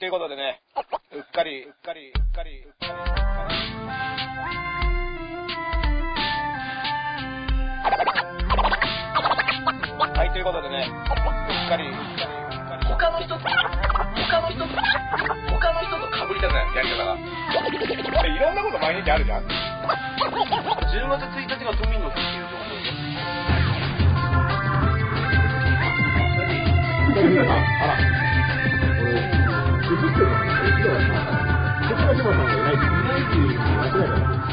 ということでね、うっかり。はい、ということでね、うっかり。 他の人と被りたくない、やり方が。 いろんなこと毎日あるじゃん。10 月1日が都民の日っていう情報です。 あら、これ、映ってるのかな、これ、違うかな。ここが島さんがいないっていう間違いだな。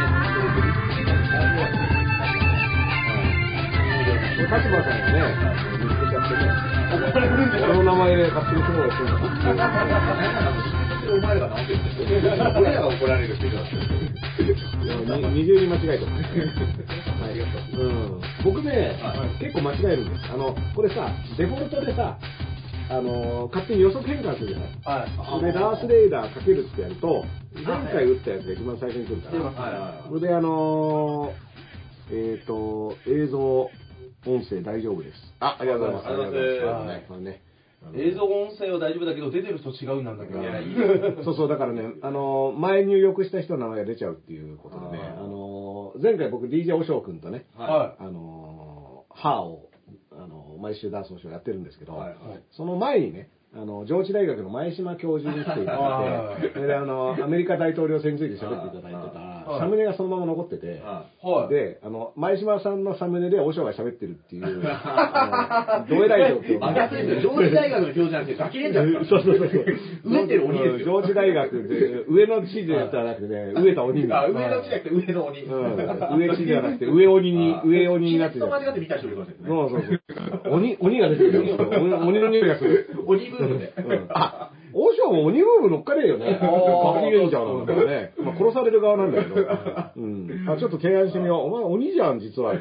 立場さんがね、見つけちゃってね、俺の名前で勝手に雲をしてるのか。 お前らが直してるんですよ。俺らが怒られるって言うから。 二重に間違えてます。ありがとう。僕ね、結構間違えるんです。これさ、デフォルトでさ、勝手に予測変換するじゃない。で、ダースレーダーかけるってやると、前回打ったやつが一番最初に来るから。それで映像、音声大丈夫です。ありがとうございます。ありがとうございます。ね、 映像音声は大丈夫だけど出てる人違うんだけど。 そうだからね、前入力した人の名前が出ちゃうっていうことでね、前回僕 DJ おしょうくんとね、歯を毎週ダースのショーやってるんですけど、その前にね、上智大学の前島教授に来ていただいて、それでアメリカ大統領選について喋っていただいてたサムネがそのまま残ってて、で、前島さんのサムネでおしょうが喋ってるっていう、どえらい状況。 上智大学の教授じゃなくて、ガキレンジャー。そう。飢えてる鬼ですよ。 上智大学で、上の地でやったらなくてね、飢えた鬼に。 上の地じゃなくて上の鬼。 上地ではなくて、上鬼になってる。 間違って見た人いるかもしれない。 そう。鬼が出てる。鬼の匂いがする。 鬼ブームで。 王将も鬼ブーム乗っかれるよね。ガキレンジャーなんだからね。殺される側なんだけど。ちょっと提案してみよう。お前鬼じゃん、実は。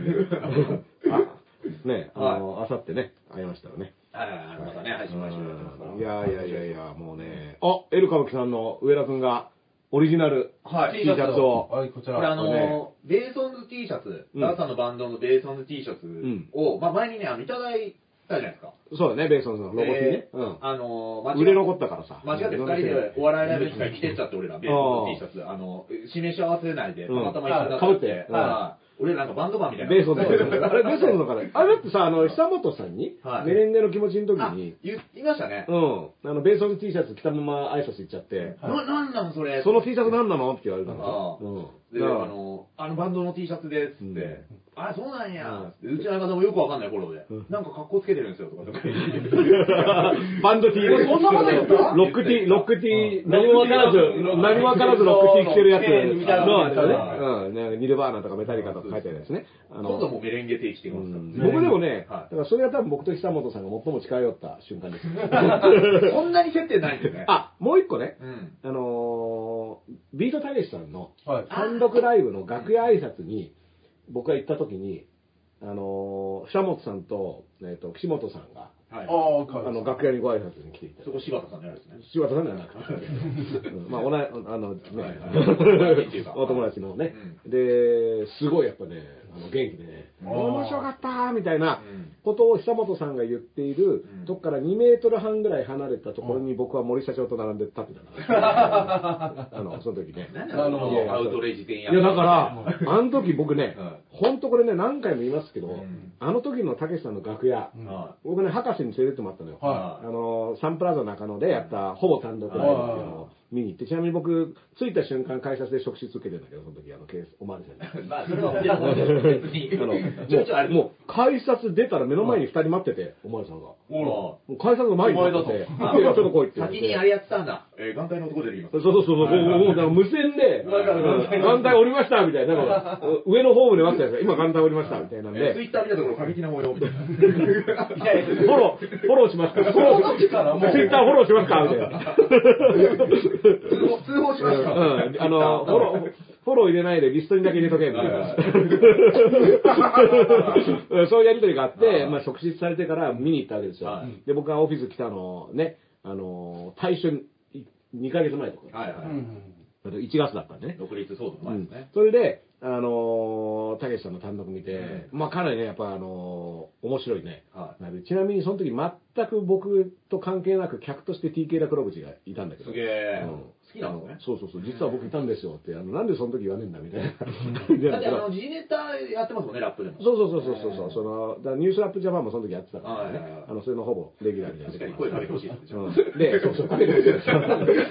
ね、あさってね、会いましたらね。 またね、配信しましょう。 いや、もうね。エル歌舞伎さんの上田くんが、オリジナル T シャツを。 こちら。 これベーソンズ T シャツ、ダーさんのバンドのベーソンズ T シャツを、前にね、いただいたじゃないですか。 そうだね、ベーソンズのロゴ T ね。売れ残ったからさ。 間違って2人でお笑いライブ機会来てっちゃって、俺ら、ベーソンズ T シャツ。示し合わせないで、たまたま一緒になって。 かぶって。 俺らなんかバンドマンみたいな。 ベーソンズ。あれ、ベーソンズのから。あれだってさ、久本さんに、メレンゲの気持ちの時に。 言いましたね。 ベーソンズ T シャツ着たまま挨拶行っちゃって。 なんなのそれ。 その T シャツなんなのって言われたの。 で、バンドの T シャツですって。そうなんや。うちの相方もよくわかんない頃で。なんか格好つけてるんですよとか。 バンド T で。 そんなこと言ったロック T、何もわからずロック T 着てるやつ。みたいな。ニルバーナとかメタリカとか書いてあるやつね。 今度もメレンゲ定期してます。 僕でもね、だからそれは多分僕と久本さんが最も近寄った瞬間です。 そんなに接点ないんですね。 もう一個ね、ビートたけしさんの単独ライブの楽屋挨拶に僕が行った時に、久本さんと岸本さんが、楽屋にご挨拶に来ていた。 そこ柴田さんのやつね。 柴田さんじゃなくて。お友達のね。で、すごいやっぱね、元気でね、面白かったみたいなことを久本さんが言っているとこから2メートル半ぐらい離れたところに僕は森社長と並んで立ってたから。その時ね。 アウトレイジ店や。 いや、だから、あの時僕ね、ほんとこれね、何回も言いますけど、あの時のたけしさんの楽屋、僕ね、博士に連れてってもらったのよ。サンプラザ中野でやったほぼ単独ライブっていうのを見に行って、ちなみに僕、着いた瞬間改札で職質受けてるんだけど、その時、おまわりさんに。 まあ、それはもう、改札出たら目の前に2人待ってて、おまわりさんが。もう改札の前に待ってて、ちょっと来いって。 先にあれやってたんだ。眼帯の男で言います。 そう、もう無線で、眼帯降りましたみたいな。上のホームで待ってたんです今眼帯降りましたみたいなんで。 ツイッター見たところ過激な模様みたいな。 フォローしますかツイッターフォローしますかみたいな。 通報しました。 フォロー入れないでリストにだけ入れとけみたいな。そういうやりとりがあって、職質されてから見に行ったわけですよ。で、僕がオフィス来たのね、最初2ヶ月前とか。1月だったんでね。 独立騒動前ですね。 それで、 たけしさんの単独見て、まあかなりね、やっぱ面白いね。ちなみにその時全く僕と関係なく客として TK ラ黒渕がいたんだけど。 すげえ。好きなのね。 そうそうそう、実は僕いたんですよって、なんでその時言わねえんだみたいな。 だってGネタやってますもんね、ラップでも。 そうそうそうそう、ニュースラップジャパンもその時やってたからね。それのほぼレギュラーみたいな。 確かに声かけてほしいでしょ。 で、そうそう、かけてほしいです。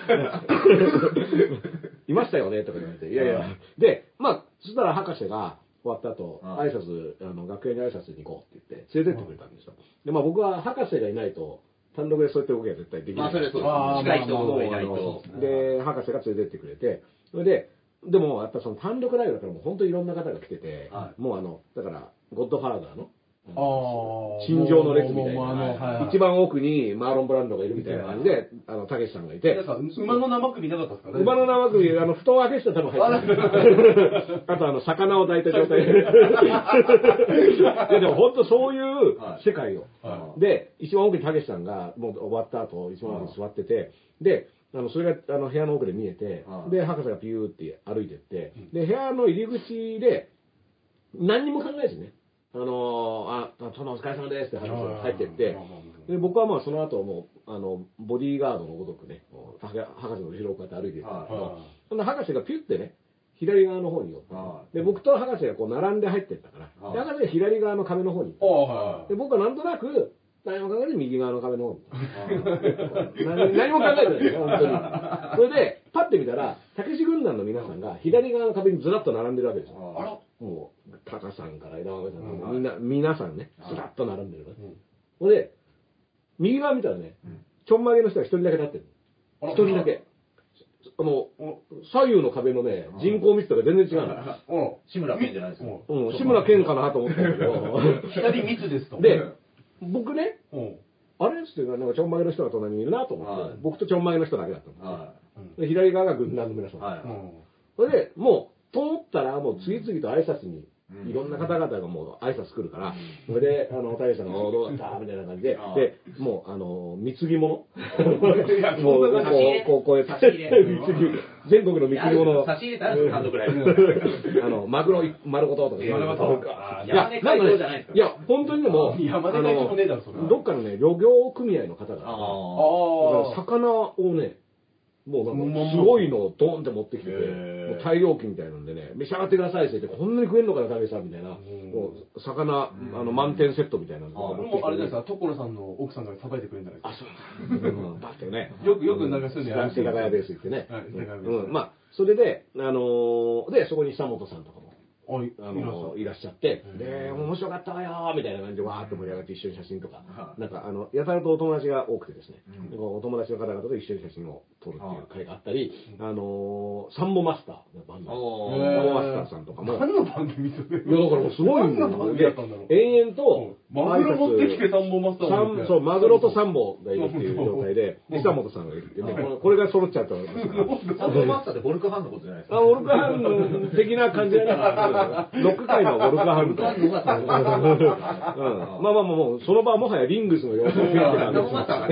いましたよねとか言われて、いやいや。で、まあ、そしたら博士が終わった後、挨拶、楽屋に挨拶に行こうって言って、連れてってくれたんですよ。で、まあ僕は博士がいないと、単独でそういった動きは絶対できない。 まあ、それそうです。近い人がいないと。 で、博士が連れてってくれて、それで、でも、やっぱその単独ライブだからもう本当にいろんな方が来てて、もうだから、ゴッドファーザーの、心情の列みたいな、一番奥にマーロン・ブランドがいるみたいな感じで、たけしさんがいて、 馬の生首なかったですかね。 馬の生首、布団を開けしたら多分入ってる。あと魚を抱いた状態で。いやでも本当そういう世界を。で、一番奥にたけしさんがもう終わった後、一番奥に座ってて、で、それが部屋の奥で見えて、で、博士がピューって歩いてって、で、部屋の入り口で、何にも考えずね、殿お疲れ様ですって入ってって、で、僕はまあその後もボディーガードのごとくね、博士の後ろをこうやって歩いていったんだけど、そんな博士がピュッてね、左側の方に寄って、で、僕と博士がこう並んで入ってったから、で、博士が左側の壁の方に行った。で、僕はなんとなく、何も考えず右側の壁の方に。何も考えてないですよ、本当に。それで、パッて見たら、たけし軍団の皆さんが左側の壁にずらっと並んでるわけですよ。あらもう、タカさんから枝豆さん、皆さんね、ずらっと並んでるから。それで、右側見たらね、ちょんまげの人が一人だけ立ってる。一人だけ。左右の壁のね、人口密度が全然違うの。 志村けんじゃないですか。 志村けんかなと思ったんだけど。 左密ですと。 で、僕ね、あれっつってなんかちょんまげの人が隣にいるなと思って、僕とちょんまげの人だけだったの。左側が軍団の皆さん。それで、もう、と思ったら、もう次々と挨拶に、いろんな方々がもう挨拶来るから、それで、たけしさんが、どうだったみたいな感じで、で、もう、貢ぎ物もう、こうやって、全国の貢ぎ物差し入れたら単独ライブ。 マグロ丸ごととか。 山根会長じゃないですか。 いや、本当にでも、どっかのね、漁業組合の方が、魚をね、もうなんか、すごいのをドーンって持ってきてて、大量機みたいなんでね、召し上がってくださいって言って、こんなに食えんのかな、たけしさんみたいな、もう、魚、満点セットみたいなのもうあれですか、所さんの奥さんがさばいてくれるんじゃないですか。 あ、そうだってね。 よくなんかそういうのやらせて居酒屋ベース行ってね。まあ、それで、で、そこに久本さんとかも。いらっしゃって、で、面白かったわよみたいな感じでわーって盛り上がって一緒に写真とか、なんかやたらとお友達が多くてですね、お友達の方々と一緒に写真を撮るっていう会があったり、サンボマスターのバンド、サンボマスターさんとかも、 何の番組それ？ いやだからもうすごいんだよ。延々と、 マグロ持ってきてサンボマスターそう、マグロとサンボがいるっていう状態で、久本さんがいるっていう、これが揃っちゃったわけですから。 サンボマスターってゴルクハンのことじゃないですか。 ゴルクハン的な感じだね。ロック界のゴルクハンド。まあまあまあもう、その場はもはやリングスの様子を見てたんです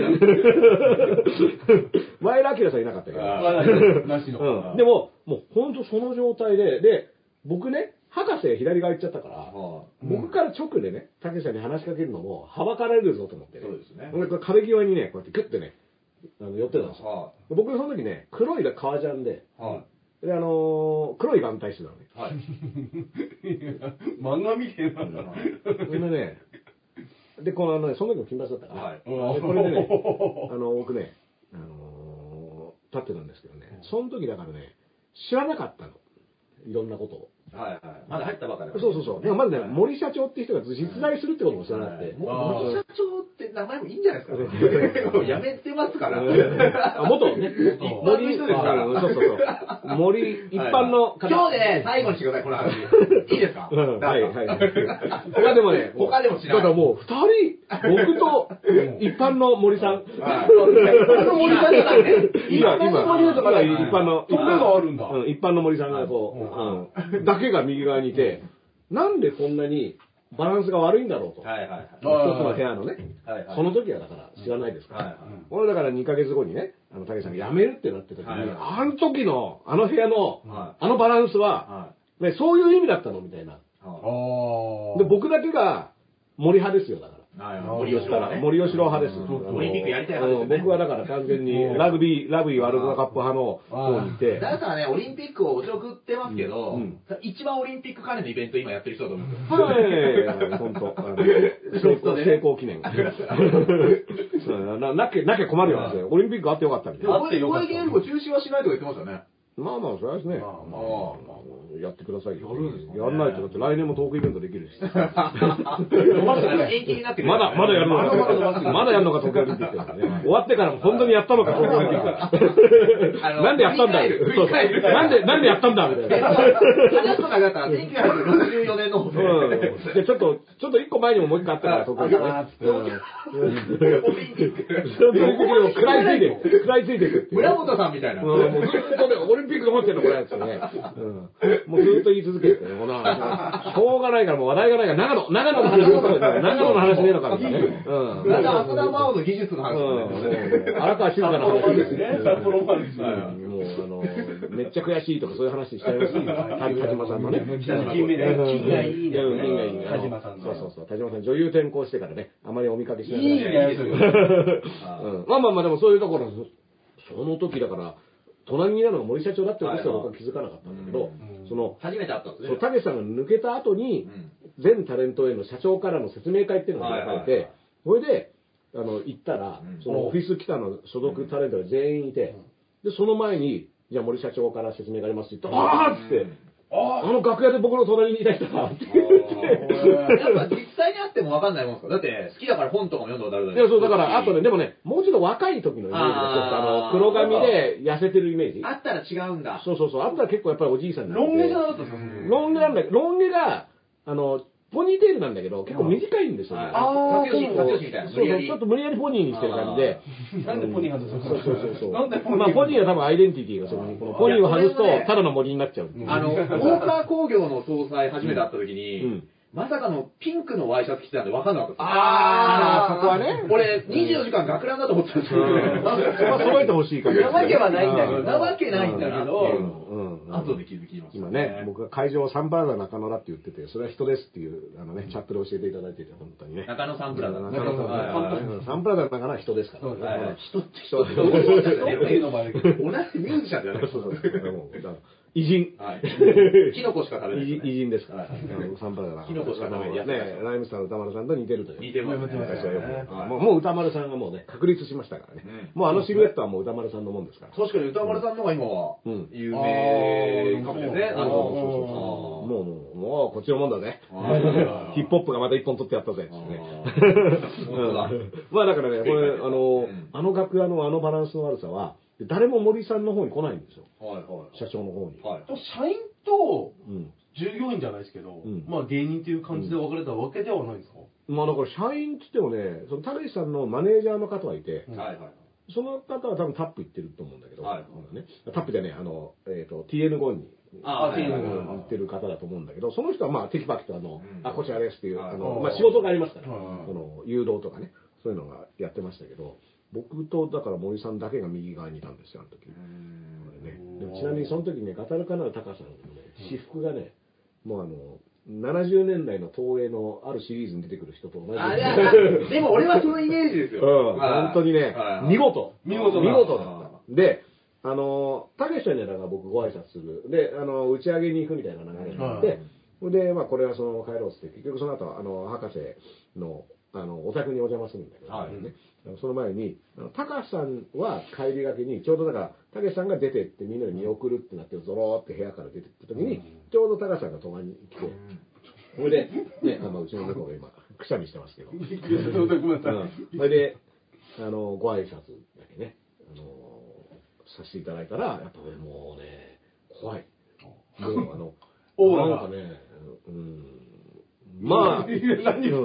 前田明さんいなかったけど。でも、もう本当その状態で、僕ね、博士左側行っちゃったから、僕から直でね、たけしさんに話しかけるのも、はばかられるぞと思ってね。 そうですね。 壁際にね、こうやってグッてね、寄ってたんですよ。僕その時ね、黒いが革ジャンで、で、黒い眼帯してたのね。はい。 漫画みたいな。 でね、で、その時も金髪だったから、はい。これでね、僕ね、立ってたんですけどね、その時だからね、知らなかったの。いろんなことを。 はいはい。まだ入ったばかり。 そうそうそう。でもまずね、森社長っていう人が実在するってことも知らなくて。 森社長って名前もいいんじゃないですか。もうやめてますから。 元ね。 森人ですから。 そうそうそう。森、一般の方。 今日で最後にしてください、この話。いいですか？ はいはい。他でもね、 他でも知らない。 だからもう二人、僕と一般の森さん。 一般の森さんじゃないね。 今、一般の、 そんなのあるんだ。 一般の森さんがこう、だけが右側にいて、なんでこんなにバランスが悪いんだろうと。一つの部屋のね。その時はだから知らないですから。俺だから2ヶ月後にね、たけしさんが辞めるってなってた時に、あの時の、あの部屋の、あのバランスは、 ね、そういう意味だったのみたいな。で、僕だけが森派ですよ、だから。 森吉郎派ね。 森吉郎派です。 オリンピックやりたい派ですよね。 僕はだから完全にラグビーワールドカップ派の方にいて。 だからね、オリンピックをおちょくってますけど、一番オリンピック関連のイベント今やってる人だと思うんですよ。 はい、本当。成功記念。なきゃ困るよね。オリンピックあってよかったみたいな。 公益連合中止はしないとか言ってましたね。 まあまあ、それはですね。やってくださいよ。やんないと、だって来年もトークイベントできるし。 延期になってくる。 まだやるのか。まだやるのか、東京オリンピック。終わってからも本当にやったのか、東京オリンピック。なんでやったんだなんでやったんだみたいな。 話とかだったら、1964年の。 で、ちょっと一個前にももう一回あったから、東京オリンピック。 オリンピック。 食らいついていく。 村本さんみたいな。 もうずっとね、オリンピックが持ってるのこれやつね。もうずっと言い続けてね、しょうがないから、もう話題がないから、長野の話ねえのかみたいなね。 なんか浅田真央の技術の話荒川静香の話ですね。もう、めっちゃ悔しいとかそういう話しちゃいますし、田島さんのね。 金がいいね。田島さんの。 そう。田島さん女優転向してからね、あまりお見かけしない。 いいね。 まあ、でもそういうところ、その時だから、隣にいたのが森社長だってことは僕は気づかなかったんだけど、 初めて会ったんですね。 たけしさんが抜けた後に、全タレントへの社長からの説明会っていうのが開かれて、それで、行ったら、そのオフィス北の所属タレントが全員いて、で、その前に、じゃあ森社長から説明がありますって言ったら、あーっつって、楽屋で僕の隣にいた人だって言って。 やっぱ実際に会っても分かんないもんですか？だって好きだから本とかも読んだことあるいや、そう、だから、あとね、でもね、もうちょっと若い時のイメージで、黒髪で痩せてるイメージ。 あったら違うんだ。 そう。あったら結構やっぱりおじいさんになって。 ロン毛じゃなかったですか？ ロン毛なんだけど、ロン毛が、ポニーテールなんだけど、結構短いんですよね。 竹吉みたいな。 そう、ちょっと無理やりポニーにしてる感じで。 なんでポニー外すの？ そう。まあ、ポニーは多分アイデンティティがそこに、ポニーを外すと、ただの森になっちゃう。 大川工業の総裁初めて会った時に、まさかのピンクのワイシャツ着てたんで分かんなかったです。 そこはね。 俺、24時間学ランだと思ってたんですよ。 揃えてほしいから。 なわけはないんだけど。 なわけないんだけど、 後で気づきます。今ね、僕が会場をサンプラザ中野だって言ってて、それは人ですっていう、チャットで教えていただいてて、本当にね。 中野サンプラザ。 サンプラザ中野は人ですから。 人っていうのもあるけど、同じミュージシャンじゃないですか。 偉人。 キノコしか食べない。 偉人ですから。サンプラザ中野。 キノコしか食べない。 ね、ライムスターの歌丸さんと似てるという。 似てますね。 もう歌丸さんがもうね、確立しましたからね。もうシルエットはもう歌丸さんのもんですから。 確かに歌丸さんの方が今は有名かもしれないですね。 もうこっちのもんだぜ。ヒップホップがまた一本取ってやったぜ。まあだからね、これ、楽屋のバランスの悪さは、誰も森さんの方に来ないんですよ。社長の方に。 社員と従業員じゃないですけど、まあ芸人っていう感じで分かれたわけではないんですか？ まあだから社員って言ってもね、そのたけしさんのマネージャーの方がいて、その方は多分タップ行ってると思うんだけど、タップじゃねえ、TN5 に行ってる方だと思うんだけど、その人はまあテキパキとこちらですっていう、まあ仕事がありますから、誘導とかね、そういうのがやってましたけど、僕とだから森さんだけが右側にいたんですよ、あの時。でもちなみにその時ね、ガタルカナルタカさんのね、私服がね、もう70年代の東映のあるシリーズに出てくる人と同じ。 でも俺はそのイメージですよ。 本当にね、見事だった。で、たけしさんには僕ご挨拶する。で、打ち上げに行くみたいな流れになって、で、まあこれはそのまま帰ろうって、結局その後、博士の、お宅にお邪魔するんだけど、その前に、たかしさんは帰りがけに、ちょうどだから、たけしさんが出てってみんなで見送るってなって、ゾローって部屋から出てった時に、ちょうどたかしさんが泊まりに来て、それで、ね、うちの猫が今、くしゃみしてますけど。それで、ご挨拶だけね、させていただいたら、やっぱりもうね、怖い。もうなんかね、まあ、いや、一言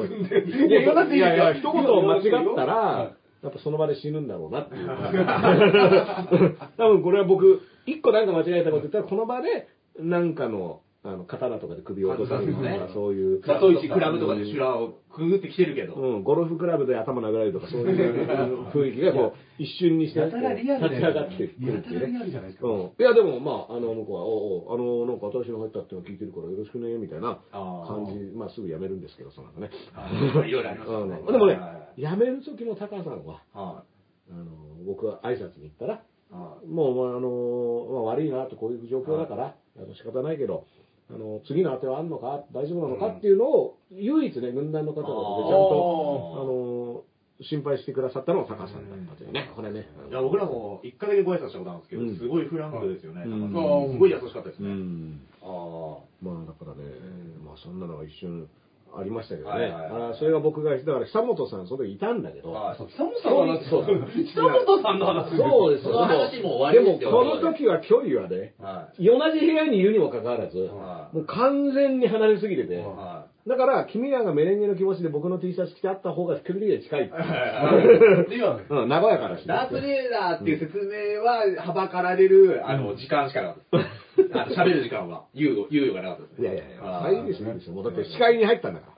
間違ったら、やっぱその場で死ぬんだろうなっていう。多分これは僕、一個なんか間違えたこと言ったら、この場で、なんかの、 刀とかで首を落とされるとか、そういう。 クラブとかで修羅をくぐってきてるけど。 ゴルフクラブで頭殴られるとか、そういう雰囲気がこう、一瞬にして、立ち上がってくるっていうね。いや、でも、まあ、向こうは、なんか私の入ったっての聞いてるからよろしくね、みたいな感じ、まあ、すぐ辞めるんですけど、その後ね。 いろいろありますよね。 でもね、辞める時のタカさんは、僕は挨拶に行ったら、もう、悪いなと、こういう状況だから、仕方ないけど、次の当てはあんのか、大丈夫なのかっていうのを、唯一ね、軍団の方々でちゃんと、心配してくださったのがタカさんだったというね、これね。 いや、僕らも一回だけご挨拶したことあるんですけど、すごいフランクですよね。すごい優しかったですね。 まあ、だからね、まあ、そんなのが一瞬、ありましたけどね。それが僕が、だから久本さんその時いたんだけど。 久本さんの話久本さんの話そうです。 その話も終わりですよ。 でもこの時は距離はね、同じ部屋にいるにもかかわらず、もう完全に離れすぎてて、だから、君らがメレンゲの気持ちで僕の T シャツ着てあった方が距離で近いっていう。名古屋からして。 ダースレーダーっていう説明は、はばかられる、時間しかなかったです。喋る時間は、猶予がなかったですね。 いや、いいですよ、いいですよ。もうだって視界に入ったんだから。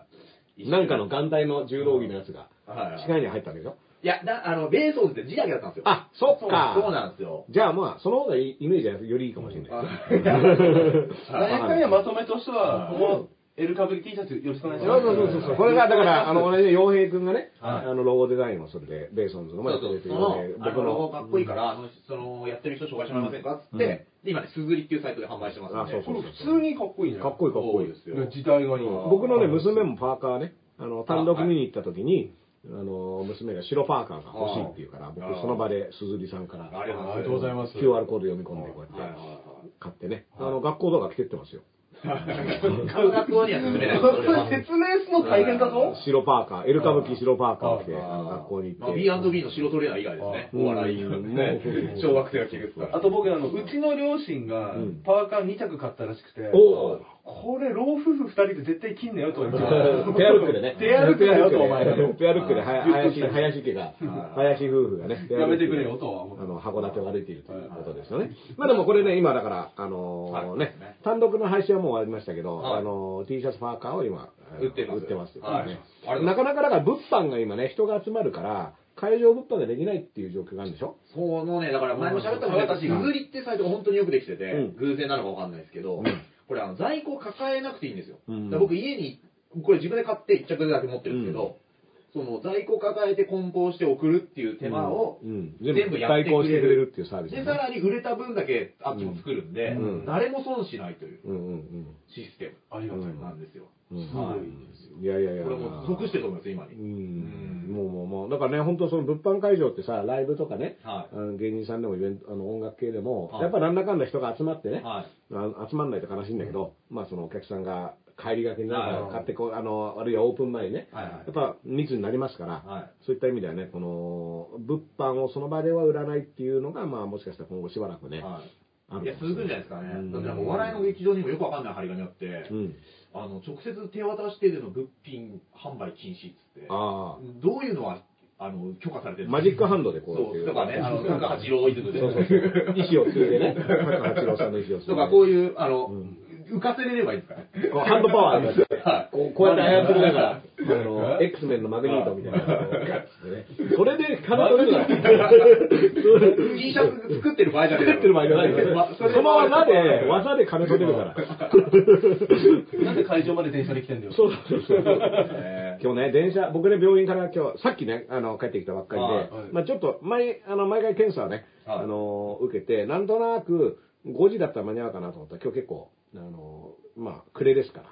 なんかの眼帯の柔道着のやつが、視界に入ったんでしょ。 いや、ベーソーズって字だけだったんですよ。 あ、そっか。 そうなんですよ。 じゃあまあ、その方がイメージはよりいいかもしれない。 何回まとめとしては、この、エルカブリ T シャツよろしくお願いします。 そう。これが、だから、同じ洋平くんがね、ロゴデザインをそれで、ベーソンズのもやってるという。 僕のロゴかっこいいから、やってる人紹介してもらえませんかっつって、で、今ね、すずりっていうサイトで販売してますんで。 これ普通にかっこいいね。 かっこいいですよ。 時代がいい。 僕のね、娘もパーカーね、単独見に行った時に、娘が白パーカーが欲しいって言うから、僕その場で鈴木さんから、 ありがとうございます。 QR コード読み込んでこうやって買ってね、学校とか着てってますよ。 学校には進めない。 説明するの大変だぞ。 白パーカー、エル歌舞伎白パーカーを着て、学校に行って。 B&B の白トレーナー以外ですね。お笑い。小学生が着るから。 あと僕、うちの両親がパーカー2着買ったらしくて、これ、老夫婦2人で絶対着んねよと言ってペアルックでね。 ペアルックだよと、お前ら。 ペアルックで、林家が、林夫婦がね、 やめてくれよとは思って。函館を歩いているということですよね。まあでもこれね、今だから、単独の配信はもう終わりましたけど、T シャツパーカーを今、売ってますよね。なかなかだから物販が今ね、人が集まるから、会場物販ができないっていう状況があるんでしょ。 そのね、だから前も喋ったもんね、私、すずりってサイトが本当によくできてて、偶然なのかわかんないですけど、これ在庫抱えなくていいんですよ。僕家に、これ自分で買って1着だけ持ってるんですけど、その在庫抱えて梱包して送るっていう手間を全部やってくれるっていうサービス。 で、さらに売れた分だけあっちも作るんで、誰も損しないというシステム。 ありがたいなんですよ。 いや。 これも即してると思います、今に。 もう、だからね、本当その物販会場ってさ、ライブとかね、芸人さんでもイベント、音楽系でも、やっぱなんだかんだ人が集まってね、集まんないと悲しいんだけど、まあそのお客さんが帰りがけになんか買ってあるいはオープン前にね、やっぱ密になりますから、そういった意味ではね、この、物販をその場では売らないっていうのが、まあもしかしたら今後しばらくね、 いや、続くんじゃないですかね。だってお笑いの劇場にもよくわかんない張り紙あって、直接手渡してでの物品販売禁止っつって、どういうのは許可されてるんですか。 マジックハンドでこう。 そう、とかね、高八郎イズムで。 そう。石を継いでね。高八郎さんの石を継いで。 とか、こういう、浮かせれればいいですかね。 ハンドパワーです。こうやって操りながら、X メンのマグニートみたいな。それで金取れるな。 T シャツ作ってる場合じゃない。 作ってる場合じゃない。その技で金取れるから。 なんで会場まで電車で来てんだよ。 そう。今日ね、僕ね、病院から今日、さっきね、帰ってきたばっかりで、まあちょっと、毎回検査をね、受けて、なんとなく、5時だったら間に合うかなと思ったら、今日結構、まあ、暮れですから、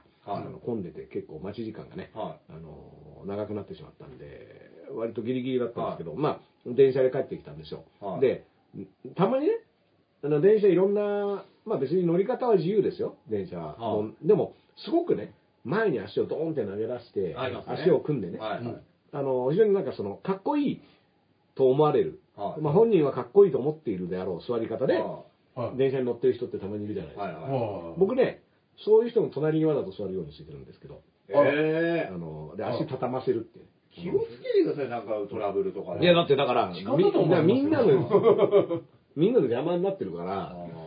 混んでて結構待ち時間がね、長くなってしまったんで、割とギリギリだったんですけど、まあ、電車で帰ってきたんですよ。で、たまにね、電車いろんな、まあ別に乗り方は自由ですよ、電車は。でも、すごくね、前に足をドーンって投げ出して、足を組んでね、非常になんかかっこいいと思われる、まあ本人はかっこいいと思っているであろう座り方で、電車に乗ってる人ってたまにいるじゃないですか。僕ね、そういう人の隣にわざと座るようにしてるんですけど、で足畳ませるって。 気をつけてください、なんかトラブルとかね。 いや、だってだから、みんなの邪魔になってるから、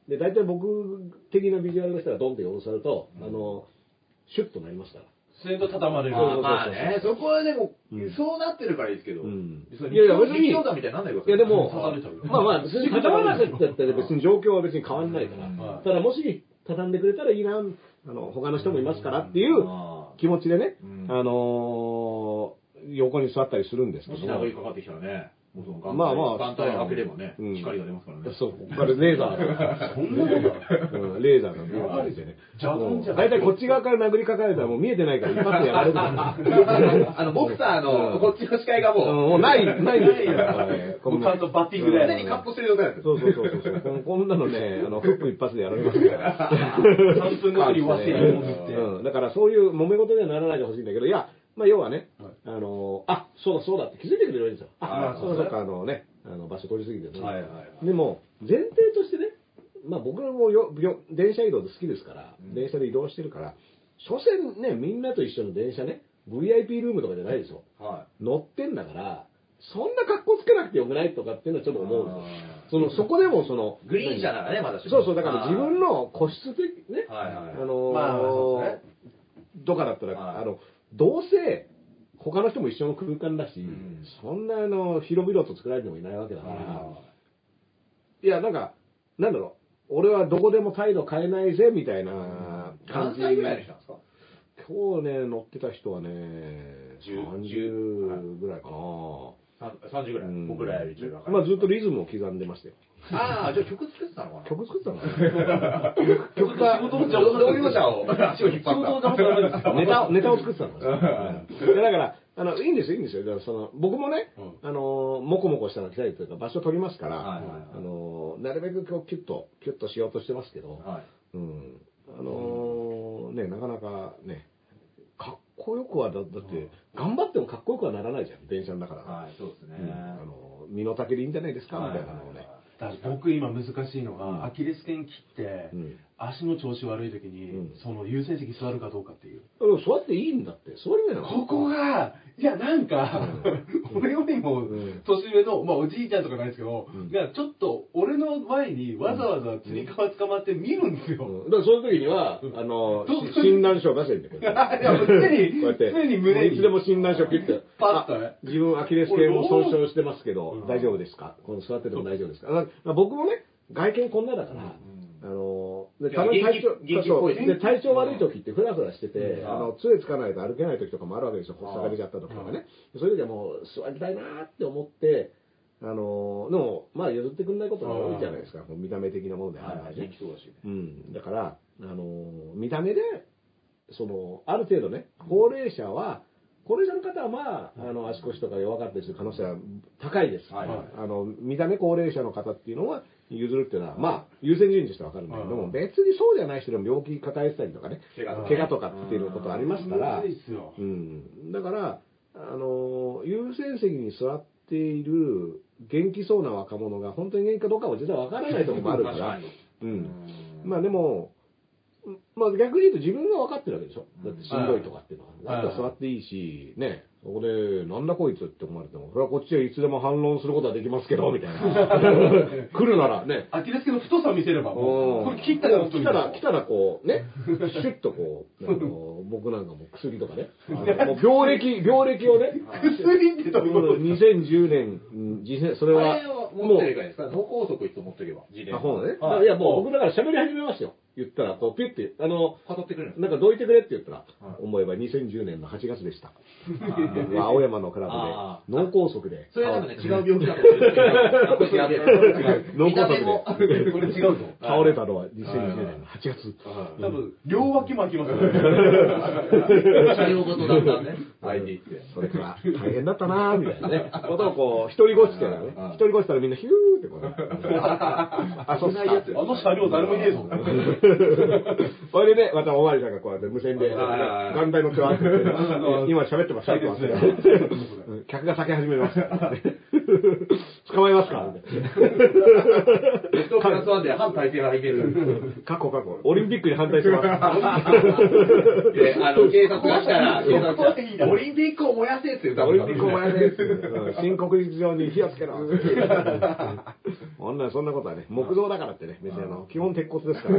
で、大体僕的なビジュアルの人がドンって下ろされると、シュッとなりますから。 自然と畳まれる。 まあね、そこはでも、そうなってるからいいですけど。 いやいや、別に。 力道山みたいになんないでください。 いやでも、まあまあ、畳まなかったら別に状況は別に変わんないから。ただもし、畳んでくれたらいいな、他の人もいますからっていう気持ちでね、横に座ったりするんですけど。 もし殴りかかってきたらね。 まあまあ、 眼帯開ければね、光が出ますからね。 そう、ここからレーザーが。 そんなことレーザーがビューッて出てね。大体こっち側から殴りかかれたらもう見えてないから一発でやられるから。 ボクサーのこっちの視界がもうないんですよ。 ちゃんとバッティングで。 常にカットしてる状態なんですよ。そう。こんなのね、フック一発でやられますから。 3分後に和製に戻って。 だからそういう揉め事にはならないでほしいんだけど、いや、まあ要はね、そうだって気づいてくれるんですよ。そうか、場所取りすぎてね。でも、前提としてね、まあ僕らも電車移動好きですから、電車で移動してるから、所詮ね、みんなと一緒の電車ね、VIP ルームとかじゃないですよ。乗ってんだから、そんな格好つけなくてよくないとかっていうのはちょっと思うんですよ。そこでもグリーン車ならね、まだそう、だから自分の個室的ね、とかだったら、どうせ、他の人も一緒の空間だし、そんな広々と作られてもいないわけだから、いや、なんだろう、俺はどこでも態度変えないぜ、みたいな感じ。 何歳ぐらいの人なんですか？ 今日ね、乗ってた人はね、30ぐらいかな。 30ぐらい。僕らよりちょい若い。 まあずっとリズムを刻んでましたよ。 ああ、じゃあ曲作ってたのかな？ 曲作ってたのかな？曲が、仕事の同業者を足を引っ張った。 ネタを作ってたの。だから、いいんですよ。僕もね、もこもこしたの着たりというか場所取りますから、なるべくキュッとしようとしてますけど、ね、なかなかね、かっこよくはだって、頑張ってもかっこよくはならないじゃん、電車の中だから。 そうですね。 身の丈でいいんじゃないですかみたいなのをね。 僕今難しいのが、アキレス腱切って、足の調子悪い時に、その優先席座るかどうかっていう。 座っていいんだって。座りなよ。 ここが、いやなんか、俺よりも年上の、まあおじいちゃんとかないですけど、ちょっと俺の前にわざわざつり革捕まって見るんですよ。 だからそういう時には、診断書を出せるんだけど。いや、常に胸に。 いつでも診断書切って、 パッとね。 自分アキレス腱を損傷してますけど、大丈夫ですか？この座ってても大丈夫ですか？僕もね、外見こんなだから、たまに体調悪い時ってフラフラしてて、杖つかないと歩けない時とかもあるわけですよ、発作が出ちゃった時とかね。そういう時はもう座りたいなって思って、でも、まあ譲ってくんないことが多いじゃないですか、見た目的なものであるからね。だから、見た目で、ある程度ね、高齢者の方はまあ、足腰とか弱かったりする可能性は高いです。見た目高齢者の方っていうのは譲るっていうのは、まあ、優先順位としてわかるんだけども、別にそうじゃない人でも病気抱えてたりとかね、怪我とかっていうことありますから、だから、優先席に座っている元気そうな若者が本当に元気かどうかは実はわからないところもあるから、まあでも、まあ逆に言うと自分が分かってるわけでしょ。だってしんどいとかっていうのは。だったら座っていいし、ね、そこで、なんだこいつって思われても、それはこっちはいつでも反論することはできますけど、みたいな。来るならね。 アキレス腱の太さ見せれば、これ切ったら来たらこう、ね、シュッとこう、僕なんかも薬とかね。もう病歴をね。 薬ってどういうこと 2010年、それは。 持ってればいいですか？脳梗塞いつも持ってれば。 そうね。いや、もう僕だから喋り始めましたよ。言ったら、こう、ピュッて、 語ってくれるなんかどいてくれって言ったら、思えば2010年の8月でした。青山のクラブで、脳梗塞で。 それは多分ね、違う病気だと思うんですけど、 脳梗塞で。 これ違うぞ。 倒れたのは2010年の8月。 多分、両脇巻きますよね。 車両ごとだんだんね、開いていって。 それから大変だったなーみたいなね。ことをこう、一人ごちしたらね。一人ごちしたらみんなヒューってこう。 あ、そんなやつ。 あの車両誰もいねえぞ。 それでね、またおまわりさんがこうやって無線で、眼帯の手を当てて、今喋ってます、喋ってます。客が酒始めます。捕まえますかみたいな。 ベストプラスワンで反体制が入ってる。 過去。オリンピックに反対してます。 で、警察が来たら、オリンピックを燃やせって言ったオリンピックを燃やせって。新国立上に火をつけろ。 そんなことはね、木造だからってね、別に基本鉄骨ですから、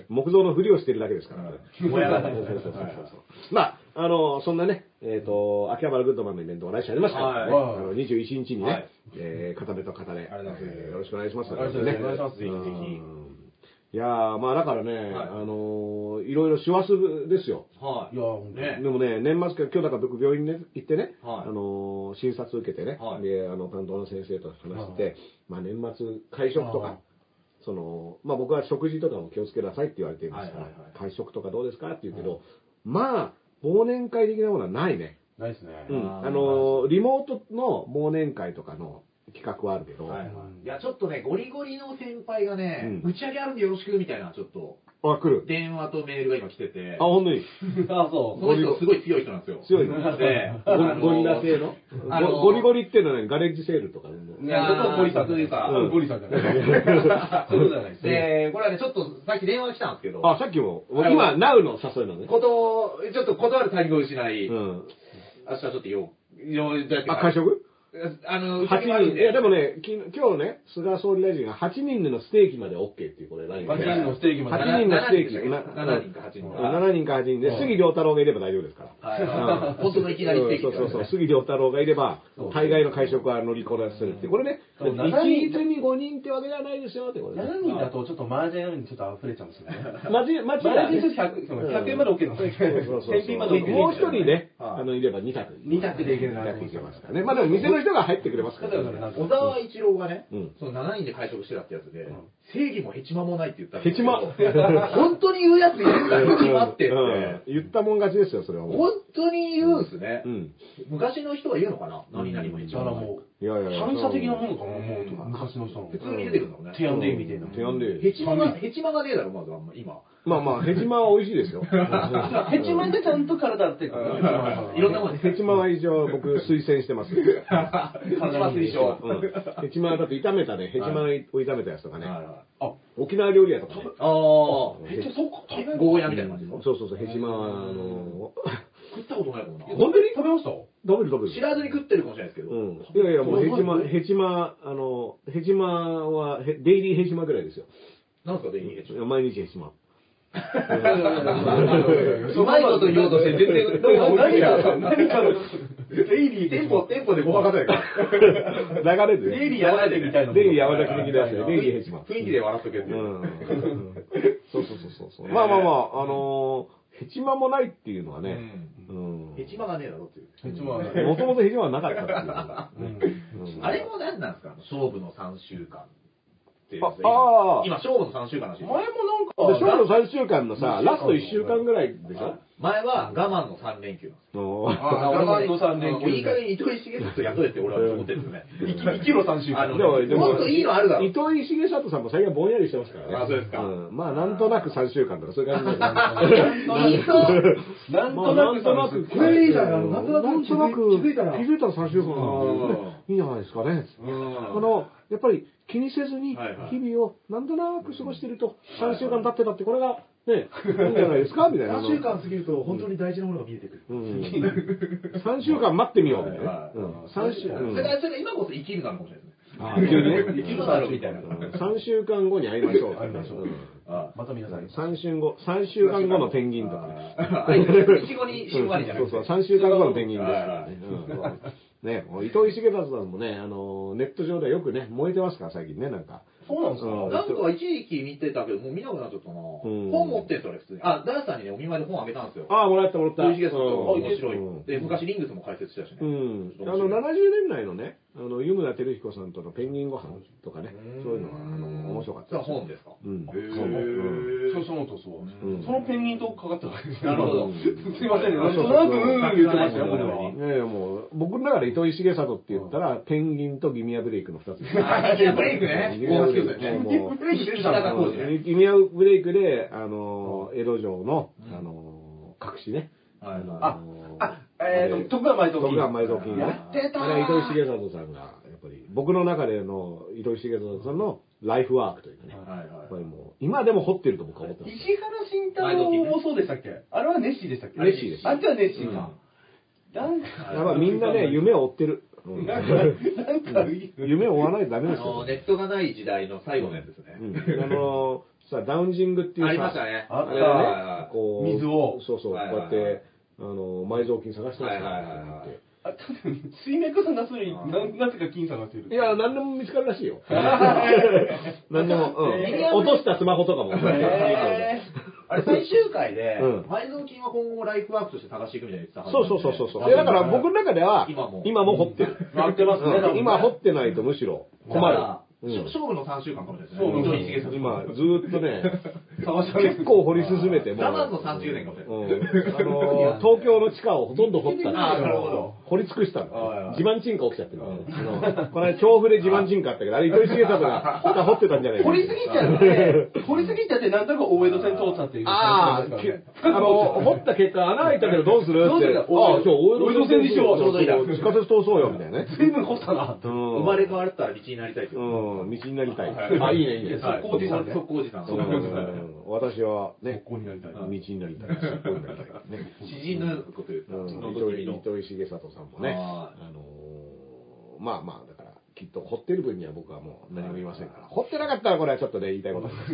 木造のふりをしてるだけですから。 燃え上がった。 まあ、そんなね、秋葉原グッドマンのイベントが来週ありますから、21日にね、片目と片目、よろしくお願いします。 お願いします。ぜひぜひ。 いやー、まあだからね、いろいろ師走ですよ。 はい。いや、でもね、年末から、今日だから僕病院に行ってね、診察受けてね、で、担当の先生と話してて、まあ年末、会食とか、まあ僕は食事とかも気をつけなさいって言われていますから、会食とかどうですかって言うけど、まあ、忘年会的なものはないね。 ないですね。 リモートの忘年会とかの企画はあるけど、 いや、ちょっとね、ゴリゴリの先輩がね、打ち上げあるんでよろしくみたいな、ちょっと。 来る。 電話とメールが今来てて。 本当に。 そう。 この人すごい強い人なんですよ。 強いので、ゴリラ系のゴリゴリっていうのはね、ガレージセールとか。 いやー、ゴリさんというか。 ゴリさんじゃない。そうじゃないです。 で、これはね、ちょっとさっき電話が来たんですけど。 さっきも。今、ナウの誘いなのね。 ちょっと断るタイミングを失い、明日ちょっと会食8人。いや、でもね、今日ね、菅総理大臣が8人でのステーキまで OK っていう、これ、8 人のステーキまで。 8人のステーキ。 7人か8人。 7人か8人で、杉良太郎がいれば大丈夫ですから。 本当のいきなりステーキ。 そう、杉良太郎がいれば、大概の会食は乗りこなせるって。これね、一律に5人ってわけじゃないですよって、これ。 7人だとちょっとマージャンにちょっと溢れちゃうんですよね。 マジマージャン100円まで OK なんですよ。1000品まで OK。 もう一人ね、いれば2択。 2択でいけるな。 2択いけますからね。まあでも店の人が入ってくれますから。 小沢一郎がね、その7人で会食してたってやつで、正義もヘチマもないって言ったんですけど、本当に言うやついるんだよ、ヘチマってって。 言ったもん勝ちですよ、それは。 本当に言うんすね。昔の人は言うのかな、何々もヘチマもない。 反射的なものかな、もう昔の人の。 普通に出てくるんだろうね。 ティアンデイみたいな。 ヘチマがねえだろ、まず今。 まあ、ヘチマは美味しいですよ。 ヘチマでちゃんと体っていろんなもんヘチマは一応僕推薦してます。 ヘチマ推奨。 ヘチマだと炒めたね、ヘチマを炒めたやつとかね。沖縄料理屋とかね。 そうか。ゴーヤみたいな感じ。 そう、ヘチマは食ったことないかもな。 本当に食べました？ 食べる。 知らずに食ってるかもしれないですけど。 いや、もうヘチマは、デイリーヘチマぐらいですよ。 なんすか、デイリーヘチマ？ 毎日ヘチマ。 うまいこと言おうとして全然、何かの、デイリー、テンポでごまかさないから。 流れで。 デイリー山崎みたいな。 デイリー山崎的なやつで、デイリーヘチマ。 雰囲気で笑っとけって。 そう。まあ、ヘチマもないっていうのはね。 ヘチマがねえだろっていう。 ヘチマはもともとヘチマはなかったっていう。 あれも何なんですか、勝負の3週間。今、勝負の3週間らしい。 前もなんか、 勝負の3週間のさ、ラスト1週間ぐらいでしょ？ 前は我慢の3連休なんですよ。 我慢の3連休。 いい加減糸井重里雇えって俺は思ってるんですよね。 生きろ3週間。 でもっといいのあるだろ。 糸井重里さんも最近ぼんやりしてますからね。 そうですか。 まあなんとなく3週間とかそういう感じで。 なんとなく。 これいいじゃん。なんとなく気づいたら3週間。いいんじゃないですかね。やっぱり気にせずに日々をなんとなく過ごしてると3週間経ってたってこれがね、いいんじゃないですかみたいな。 3週間過ぎると本当に大事なものが見えてくる。 3週間待ってみようみたいな。 3週間。それ今こそ生きるなのかもしれないですね。 生きるだろみたいな。 3週間後に会いましょう。 また皆さん。 3週間後のペンギンとか。 いちごにしんわりじゃないですか。そう、3週間後のペンギンですね。糸井重里さんもね、ネット上ではよくね、燃えてますから、最近ね、なんか。 そうなんですか？なんか一時期見てたけど、もう見なくなっちゃったな。本持ってんすよ、普通に。ダースさんにね、お見舞いで本あげたんですよ。 もらった。 糸井重里面白い。で、昔リングスも解説したしね。 70年代のね、湯村照彦さんとのペンギンご飯とかね、そういうのは、面白かった。 本ですか？ そのペンギンとかかったわけです。 なるほど。 すいませんね。なんとなく言ってましたよ、これは。 もう、僕の中で糸井重里って言ったら、ペンギンとギミアブレイクの2つ。 ギミアブレイクね。ギミアブレイクで、江戸城の、隠しね。 徳川埋蔵金。 やってた。 あれ、糸井重里さんが、やっぱり、僕の中での糸井重里さんのライフワークというかね。やっぱりもう、今でも掘ってると僕は思ってます。 石原慎太郎もそうでしたっけ？あれはネッシーでしたっけ？ ネッシーです。 あっちはネッシーか。 やっぱみんなね、夢を追ってる。 夢を追わないとダメですよ。 ネットがない時代の最後のやつですね。 さ、ダウンジングっていうさ、 ありましたね。 あったね、こう、 水を。 そうそう、こうやって、埋蔵金探してますからね。 水脈探すのになぜか金探してる。 いや、何でも見つかるらしいよ。何でも、落としたスマホとかも。 あれ最終回で、埋蔵金は今後もライフワークとして探していくみたいな言ってたはず。 そう。だから僕の中では、今も掘ってる。 掘ってますね。 今掘ってないとむしろ困る。 勝負の3週間かもしれないですね。 今、ずーっとね、結構掘り進めても。 我慢の30年かもしれない。 東京の地下をほとんど掘った。 なるほど。 掘り尽くしたの。地盤沈下起きちゃってる。この調布で地盤沈下あったけど、あれ糸井重里が掘ってたんじゃないか。 掘りすぎちゃってなんとなく大江戸線通ったっていう。 掘った結果穴開いたけどどうするって。今日大江戸線にしよう。ちょうどいいだ。地下鉄通そうよ、みたいなね。 随分掘ったな。 生まれ変わったら道になりたいって。 道になりたい。あ、いいね。 速攻おじさん。 私はね、 道になりたい。 道になりたい。 詩人のこと言った。 糸井重里さんもね、まあだから、きっと掘ってる分には僕はもう何も言いませんから。掘ってなかったらこれはちょっとね、言いたいことあります。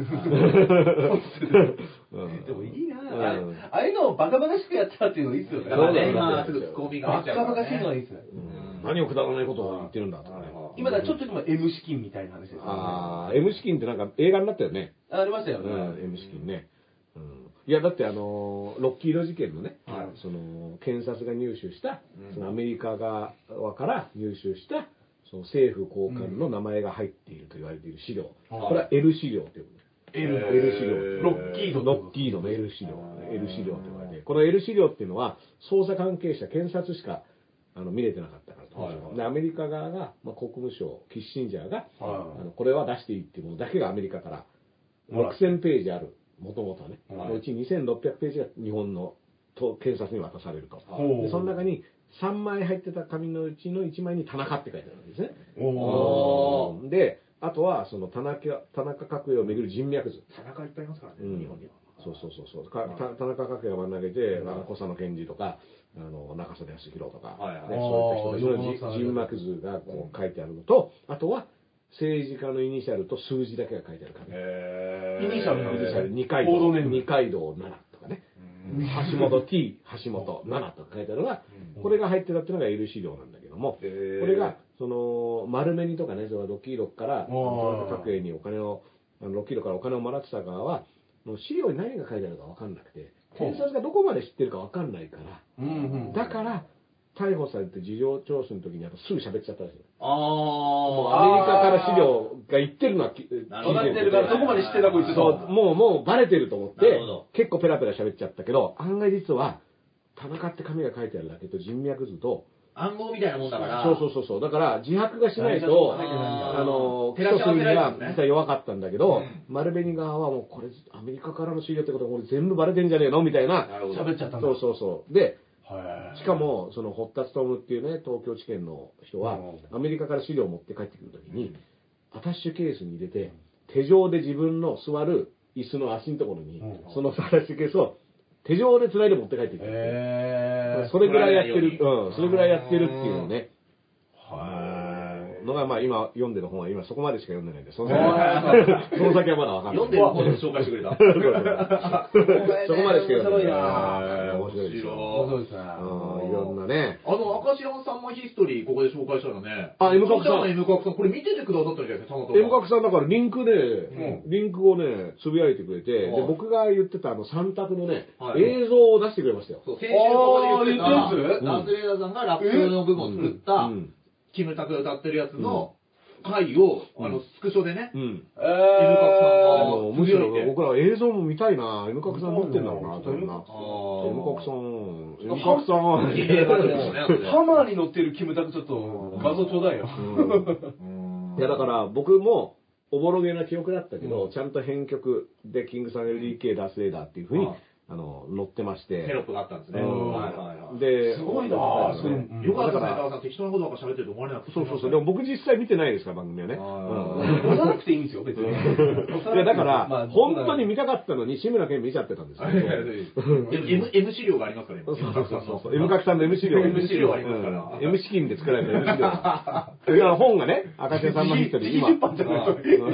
でもいいなああいうのをバカバカしくやったっていうのいいっすよね。 今すぐツッコミがバカバカしいのはいいっすね。 何をくだらないことを言ってるんだとかね。 今だちょっと今 M 資金みたいな話ですよね。 M 資金ってなんか映画になったよね。 ありましたよね。 M 資金ね。いや、だってロッキード事件のね、その、検察が入手した、そのアメリカ側から入手した、その政府高官の名前が入っていると言われている資料。これは L 資料って呼ぶ。L 資料。 ロッキードの L 資料。L 資料って言われて、この L 資料っていうのは、捜査関係者、検察しか見れてなかったからと。で、アメリカ側が、国務省、キッシンジャーが、これは出していいっていうものだけがアメリカから、6000ページある。もともとはね、のうち2600ページが日本の検察に渡されると。で、その中に3枚入ってた紙のうちの1枚に田中って書いてあるわけですね。で、あとはその田中角栄をめぐる人脈図。 田中いっぱいいますからね、日本には。 そう。田中角栄が真ん中で、小佐野健二とか、中曽根康弘とか、そういった人たちの人脈図がこう書いてあるのと、あとは、政治家のイニシャルと数字だけが書いてある紙。 イニシャル二階堂7とかね。橋本 T、橋本7とか書いてあるのが、これが入ってたっていうのが L 資料なんだけども、これが、その、丸紅とかね、ロッキードから、各営にお金を、ロッキードからお金をもらってた側は、資料に何が書いてあるか分かんなくて、検察がどこまで知ってるか分かんないから、だから、逮捕されて事情聴取の時にすぐ喋っちゃったんですよ。アメリカから資料が言ってるのは聞いてるから、どこまで知ってたこいつと。 もうバレてると思って、結構ペラペラ喋っちゃったけど、案外実は、田中って紙が書いてあるだけと人脈図と、 暗号みたいなもんだから。 そう。だから、自白がしないと、起訴するには実は弱かったんだけど、丸紅側はもうこれ、アメリカからの資料ってことはこれ全部バレてんじゃねえのみたいな。 喋っちゃったんだ。 そう。で、しかも、その、堀田勉っていうね、東京地検の人は、アメリカから資料を持って帰ってくるときに、アタッシュケースに入れて、手錠で自分の座る椅子の足のところに、そのアタッシュケースを手錠で繋いで持って帰ってくる。それぐらいやってる。それぐらいやってるっていうのね。のが、今読んでる本は今そこまでしか読んでないんで、その先はまだわかんない。 読んでる本で紹介してくれた。 そこまでしか読んでない。面白いですよ。 そうですね。 いろんなね。 赤白さんまヒストリーここで紹介したらね。 M 角さん。 M 角さん、これ見ててくださったんじゃないですか、 M 角さんだからリンクをね、つぶやいてくれて、で、僕が言ってた3択のね、映像を出してくれましたよ。 そう、先週ここで言ってた、ダース・レーダーさんがラップの部分を作った、キムタクが歌ってるやつの回を、スクショでね、M 角さんが、 むしろ僕ら映像も見たいな、M 角さん持ってんだろうな、というな。M 角さん。 ハマーに乗ってるキムタクちょっと画像ちょうだいよ。 いやだから僕もおぼろげな記憶だったけど、ちゃんと編曲でキングさん LDK ダースレーダーっていうふうに載ってまして。 テロップがあったんですね。 で、 すごいなぁ。 よかったですね、高さん。適当なことばっか喋ってると思われなくて。 そうそうそう。でも僕実際見てないですから、番組はね。 押さなくていいんですよ、別に。 いや、だから、本当に見たかったのに、志村けん見ちゃってたんですよ。 M 資料がありますからね。 そうそうそう。M 角さんの M 資料。 M 資料ありますから。 M 資金で作られた M 資料。だから本がね、明石家さんまヒストリー、今。 出版じゃない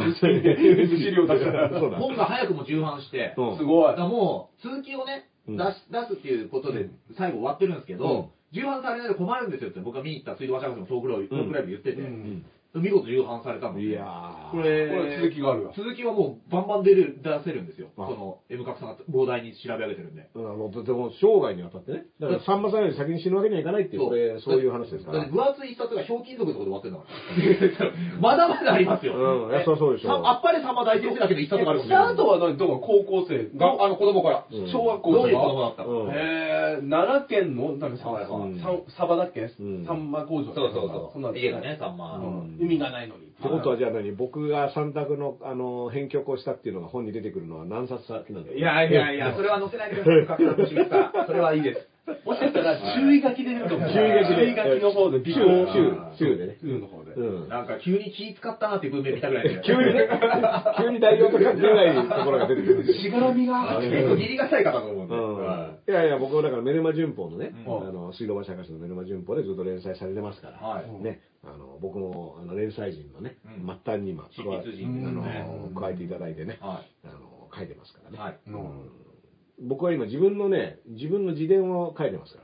M 資料だから。 本が早くも重版して、 すごい。 もう、続きをね、出すっていうことで、最後終わってるんですけど、重版されないと困るんですよって、僕が見に行った水道橋博士のトークライブ言ってて、見事重版されたので、 いやこれ続きがあるよ。 続きはもうバンバン出せるんですよ。その M 角さんが膨大に調べ上げてるんで。 でも生涯にわたってね。だからさんまさんより先に死ぬわけにはいかないっていう、そういう話ですから。 分厚い一冊がひょうきん族のところで終わってんだから。まだまだありますよ。 そうでしょ。 あっぱれさんま大先生だけど一冊があるんですよ。あとはどう高校生が、子供から。 小学校どういう子供だったの？ 奈良県の、なんかサバだっけ？サンマ工場。 そう。家がね、サンマ。 海がないのに。 ってことはじゃあ僕が三択の編曲をしたっていうのが本に出てくるのは何冊先なんですか？ いや、それは載せないでください。それはいいです。 もしかしたら注意書きで出ると思う。注意書きの方で、 週でね。 週の方で。 なんか急に気使ったなっていう文明見たぐらいで。 急に代表とか出ないところが出てくる。 しがらみが。 結構義理がたい方だと思うんで。 いや、僕はだからメルマ純報のね、水道橋博士のメルマ純報でずっと連載されてますから、ね、僕も連載人のね、末端に今、加えていただいてね、書いてますからね。僕は今自分の自伝を書いてますから。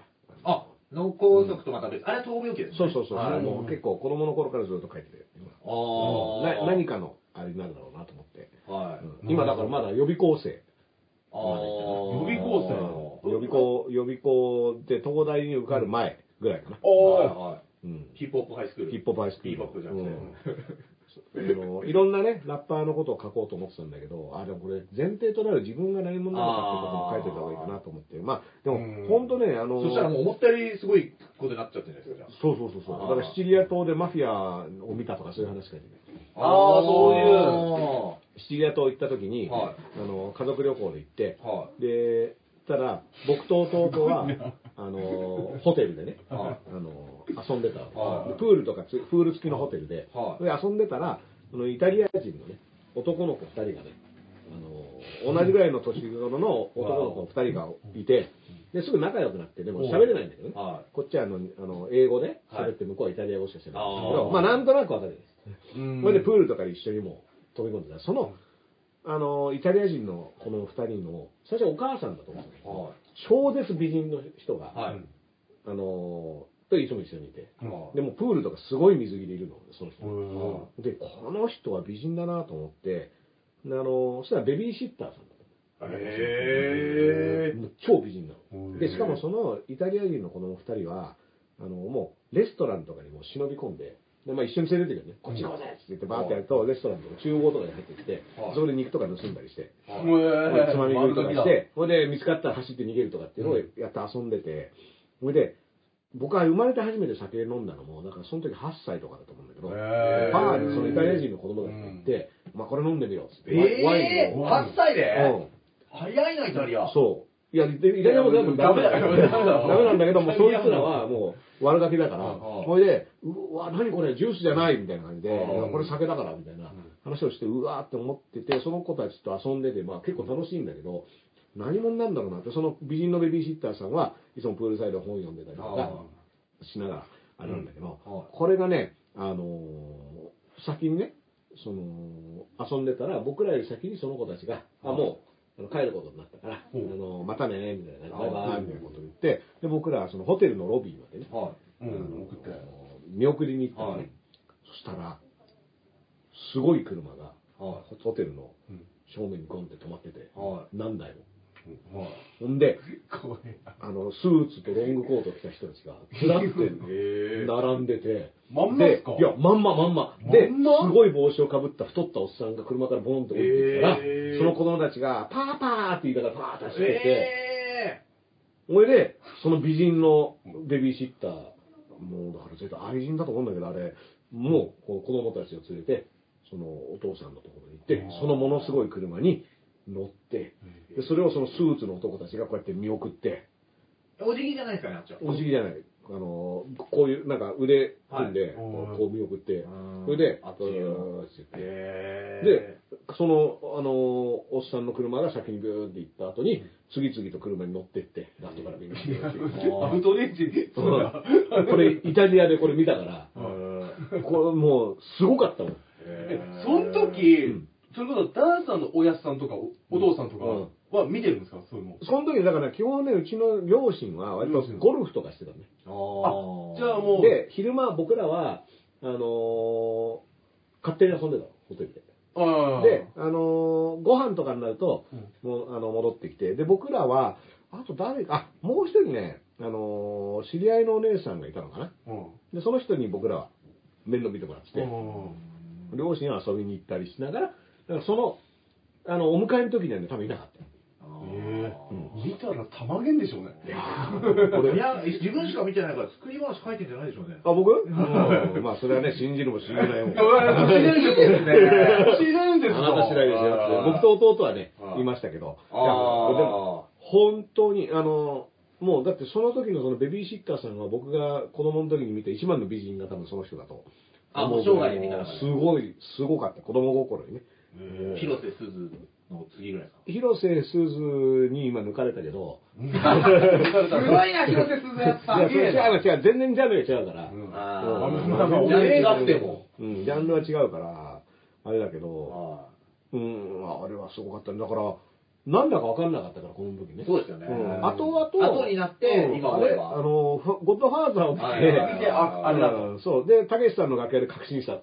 脳梗塞とまた別。あれは闘病期ですね。 そう。もう結構子供の頃からずっと書いてて。何かのあれになるだろうなと思って。今だからまだ予備校生。 予備校生予備校で東大に受かる前ぐらいかな。 ヒップホップハイスクール。 ヒップホップハイスクール。 ヒップホップじゃなくて。 いろんなね、ラッパーのことを書こうと思ってたんだけど、でもこれ前提となる自分が何者なのかっていうことも書いておいた方がいいかなと思って。まあ、でも、本当ね、 そしたらもう思ったよりすごいことになっちゃってるんですよ、 そう。だからシチリア島でマフィアを見たとかそういう話書いてね。 そういう。 シチリア島行った時に、家族旅行で行って、で、たら、僕と弟は、ホテルでね、遊んでた。プールとか、プール付きのホテルで、遊んでたら、イタリア人のね、男の子2人がね、同じぐらいの年頃の男の子2人がいて、ですぐ仲良くなって、でも喋れないんだけどね、こっちは英語で喋って、向こうはイタリア語しか喋れないんだけど、まあなんとなくわかるんです。それでプールとかで一緒にも飛び込んでた。その、イタリア人のこの2人の、最初お母さんだと思うんですけど、超絶美人の人が、といつも一緒にいて、でもプールとかすごい水着でいるの、その人。で、この人は美人だなと思って、そしたらベビーシッターさんだった。超美人なの。で、しかもそのイタリア人の子供2人は、もうレストランとかにも忍び込んで、でまあ、一緒に連れてってくるね。こっち行こうぜって言ってバーってやると、レストランとか厨房とかに入ってきて、そこで肉とか盗んだりして、つまみ食いとかして、それで見つかったら走って逃げるとかっていうのをやって遊んでて、それで、僕は生まれて初めて酒飲んだのも、だからその時8歳とかだと思うんだけど、バーにそのイタリア人の子供たちが行って、まあこれ飲んでみようっつって。 ワインを。8歳で早いな、イタリア。 そう。いや、イタリアもダメなんだけども、そいつらはもう悪ガキだから、それで、うわ、何これ、ジュースじゃないみたいな感じで、これ酒だからみたいな話をして、うわーって思ってて、その子たちと遊んでて、まあ結構楽しいんだけど、何者なんだろうなって、その美人のベビーシッターさんはいつもプールサイドで本読んでたりとかしながら、あれなんだけど、これがね、先にね、遊んでたら、僕らより先にその子たちが、もう、帰ることになったから、またね、みたいな、バイバイみたいなことを言って、で、僕らはそのホテルのロビーまでね、見送りに行ったのね。そしたら、すごい車が、ホテルの正面にゴンって止まってて、何台も。ほんで、スーツとロングコート着た人たちが、ずらって並んでて、 まんまですか？ いや、まんま。で、すごい帽子をかぶった太ったおっさんが車からボンって降りてきたら、その子供たちが、パーパーって言いながらパーって走ってて、それで、その美人のベビーシッター、もうだから絶対愛人だと思うんだけど、あれ、もうこの子供たちを連れて、そのお父さんのところに行って、そのものすごい車に乗って、でそれをそのスーツの男たちがこうやって見送って、 お辞儀じゃないですかね、あっちは。 お辞儀じゃない。こういう、なんか腕組んで、こう見送って、それで、で、その、おっさんの車が先にビューって行った後に、次々と車に乗ってって、ラストから見るっていう。 アウトレンジ。 これ、イタリアでこれ見たから、これもう、すごかったもん。 その時、それこそ、ダンさんのおやすさんとか、お父さんとかは見てるんですか、そういうの。 その時、だから基本ね、うちの両親は割とゴルフとかしてたね。 じゃあもう。 で、昼間僕らは、勝手に遊んでたの、ホテルで。で、ご飯とかになると、もう、戻ってきて、で、僕らは、あと誰か、もう一人ね、知り合いのお姉さんがいたのかな。で、その人に僕らは面倒見てもらってて、両親は遊びに行ったりしながら、だからその、お迎えの時にはね、多分いなかった。 見たらたまげんでしょうね。 いや、自分しか見てないから作り話書いてんじゃないでしょうね。 あ、僕まあ、それはね、信じるも信じないも。 知れるんですね。知れるんですあなた次第ですよ。僕と弟はね、いましたけど。でも、本当に、もう、だってその時のそのベビーシッターさんは僕が子供の時に見た一番の美人が多分その人だと。 もう生涯で見たら。 すごかった。子供心にね。 広瀬すずの次ぐらいですか。 広瀬すずに今抜かれたけど。 すごいな、広瀬すずやった。 違う、全然ジャンルが違うから。 ジャンルがあっても。 ジャンルは違うから、あれだけど、あれはすごかったね。だから、なんだか分かんなかったから、この時ね。 そうですよね。 後になって、今思えば。 ゴッドファーザーを見て、 あれだと。 そう。で、たけしさんの楽屋で確信したって。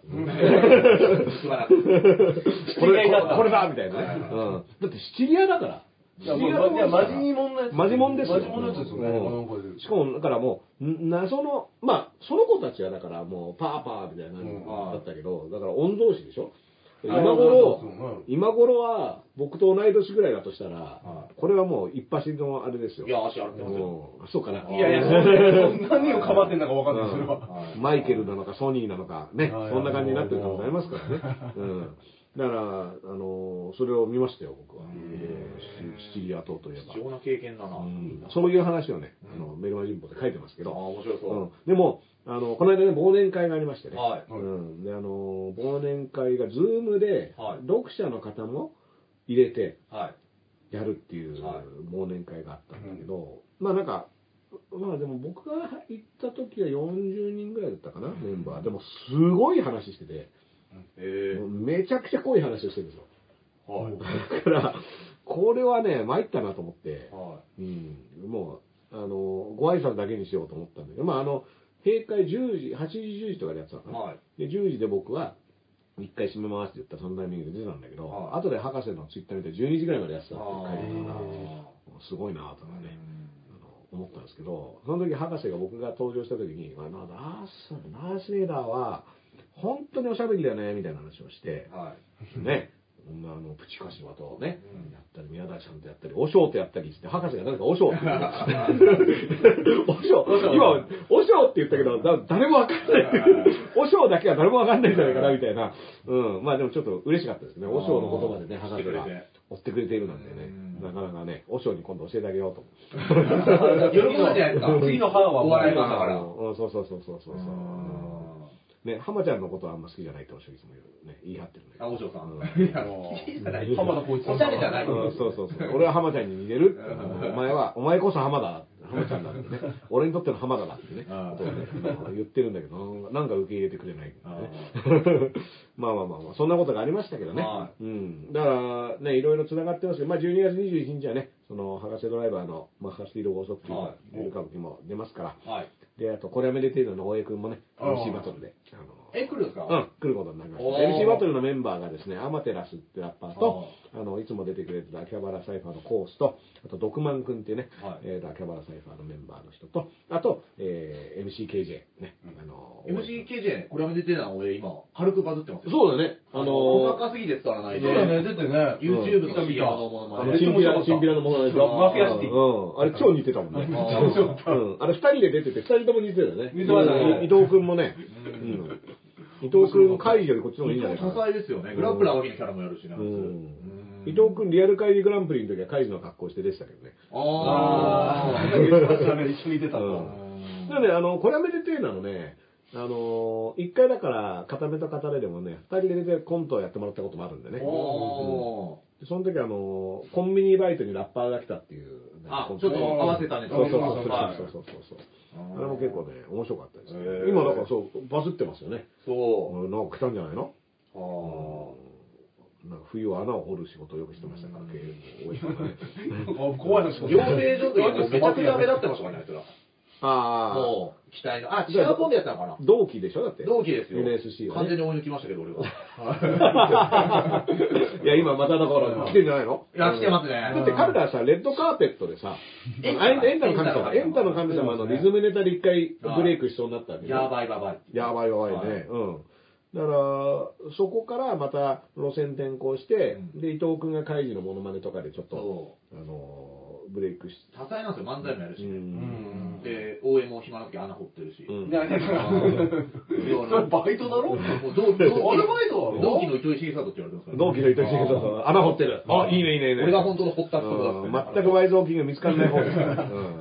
これだみたいなね。だってシチリアだから。 いや、マジモンのやつ。 マジモンですよ。 マジモンのやつですよね。 しかも、だからもう、謎の、まあ、その子たちはだからもう、パーパーみたいな感じだったけど、だから御曹司でしょ。今頃は僕と同い年ぐらいだとしたら、これはもう一発のあれですよ。 いや、足洗ってますよ。そうかな。 いや、何をかばってんだか分かんない、それは。 マイケルなのかソニーなのか、ね、そんな感じになってる可能性ありますからね。だから、それを見ましたよ、僕は。シチリア島といえば。 貴重な経験だな。 そういう話をね、メルマ人報で書いてますけど。 面白そう。 でも、この間ね、忘年会がありましてね。で、忘年会がズームで、読者の方も入れて、やるっていう忘年会があったんだけど、まあなんか、まあでも僕が行った時は40人ぐらいだったかな、メンバー。でもすごい話してて、めちゃくちゃ濃い話をしてるんですよ。だから、これはね、参ったなと思って、もう、ご挨拶だけにしようと思ったんだけど、まあ閉会10時、8時、10時とかでやってたのかな。で、10時で僕は、一回閉めますって言ったらそのタイミングで出たんだけど、後で博士のツイッター見て12時ぐらいまでやってたって書いてたから、すごいなとかね、思ったんですけど、その時博士が僕が登場した時に、ダース・レーダーは、本当におしゃべりだよね、みたいな話をして、ね。プチカシマとね、やったり、宮台さんとやったり、おしょうとやったりして、博士が誰かおしょうって言っておしょう、今、おしょうって言ったけど、誰もわかんない。おしょうだけは誰もわかんないんじゃないかな、みたいな。まあでもちょっと嬉しかったですね。おしょうの言葉でね、博士が追ってくれているなんてね、なかなかね、おしょうに今度教えてあげようと。 喜ぶじゃないですか。 次の歯はお笑いだから。 そう。ね、浜ちゃんのことはあんま好きじゃないっておっしゃるいつも言い張ってるんだけど。 お嬢さん。浜田光一さん。おしゃれじゃない。 そう。俺は浜ちゃんに似てる。お前こそ浜田。浜ちゃんだってね。俺にとっての浜田だってね。言ってるんだけど、なんか受け入れてくれない。まあ、そんなことがありましたけどね。だからね、いろいろ繋がってますけど、まあ12月21日はね、その、博士ドライバーのマッハスピード剛速球のビル歌舞伎も出ますから。で、あと、これはめでているの大江くんもね、MC バトルで。 来るんですか？ 来ることになりました。MC バトルのメンバーがですね、アマテラスってラッパーと、いつも出てくれてた秋葉原サイファーのコースと、あと、ドクマンくんっていうね、秋葉原サイファーのメンバーの人と、あと、MCKJ ね。 MCKJ、これはめでてるのは俺今、軽くバズってますよ。 そうだね。 細かすぎて伝わらないで。 そうだね、出てね。 YouTube の CM のものまで。 チンピラのものまねでしょ。 マフィアシティ。 あれ超似てたもんね。あれ2人で出てて、2人とも似てたよね。 似てましたね。 伊藤くんもね。 伊藤君、会議よりこっちの方がいいんじゃないかな。 多彩ですよね。グラップラーわけのキャラもやるしね。 伊藤君、リアル会議グランプリの時は会議の格好して出てたけどね。 ああ、一緒に出たと。 なので、これはめでてえなのね、一回だから、片目と片目でもね、二人で出てコントをやってもらったこともあるんでね。その時コンビニバイトにラッパーが来たっていう。 ちょっと合わせたね。 そう。あれも結構ね、面白かったです。今だからそう、バズってますよね。 そう。 なんか来たんじゃないの？なんか冬は穴を掘る仕事をよくしてましたから、経営の多い怖い話。養成所の時めちゃくちゃ目立ってましたからね、あいつら。もう、期待の。違うコンビやったのかな？ 同期でしょだって。 同期ですよ。 NSC は。 完全に追い抜きましたけど、俺は。 いや、今まただから来てんじゃないの？ いや、来てますね。 だって彼らはさ、レッドカーペットでさ、エンタの神様のリズムネタで一回ブレイクしそうになったわけ。 やばいね。 だから、そこからまた路線転向して、で、伊藤君がカイジのモノマネとかでちょっと、ブレイクして。 多彩なんですよ、漫才もやるし。で、応援も暇な時穴掘ってるし。 バイトだろ？ 同期の糸井重里って言われてますから。 同期の糸井重里、穴掘ってる。あ、いいね。 俺が本当の掘った人だって。 全く埋蔵金が見つからない方ですから。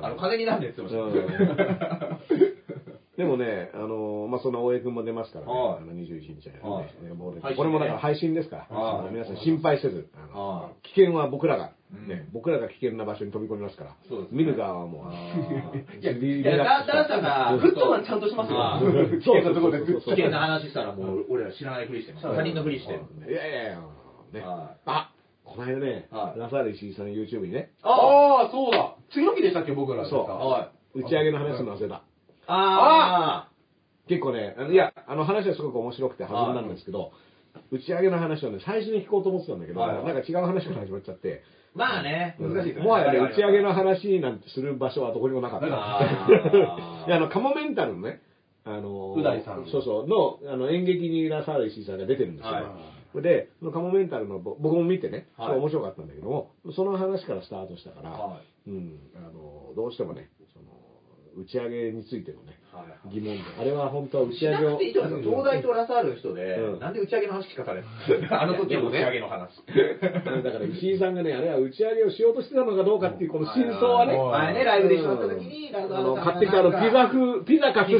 金になんねって言ってました。 でもね、その大江くんも出ますからね、21日はね。これもだから配信ですから、皆さん心配せず、危険は僕らが危険な場所に飛び込みますから、見る側はもう。 いや、ダンサーが、 フットマンちゃんとしますよ。 危険なところで、危険な話したらもう、俺ら知らないふりしてます。他人のふりして。 いや、この間ね、ラサール石井さんの YouTube にね。 ああ、そうだ。次の日でしたっけ、僕ら。 そう。打ち上げの話するの忘れた。結構ね、いや、話はすごく面白くて弾んだんですけど、打ち上げの話をね、最初に聞こうと思ってたんだけど、なんか違う話から始まっちゃって、 まあね、難しいですね。 もはやね、打ち上げの話なんてする場所はどこにもなかった。カモメンタルのね、 う大さん。 の、演劇にラサール石井さんが出てるんですよ。で、カモメンタルの僕も見てね、面白かったんだけども、その話からスタートしたから、どうしてもね、打ち上げについてのね、疑問で、あれは本当は打ち上げを。 東大とラサールの人で、なんで打ち上げの話聞かされるの？あの時の打ち上げの話。 だから石井さんがね、あれは打ち上げをしようとしてたのかどうかっていうこの真相はね、 前ね、ライブで一緒だった時に、 買ってきたピザか寿司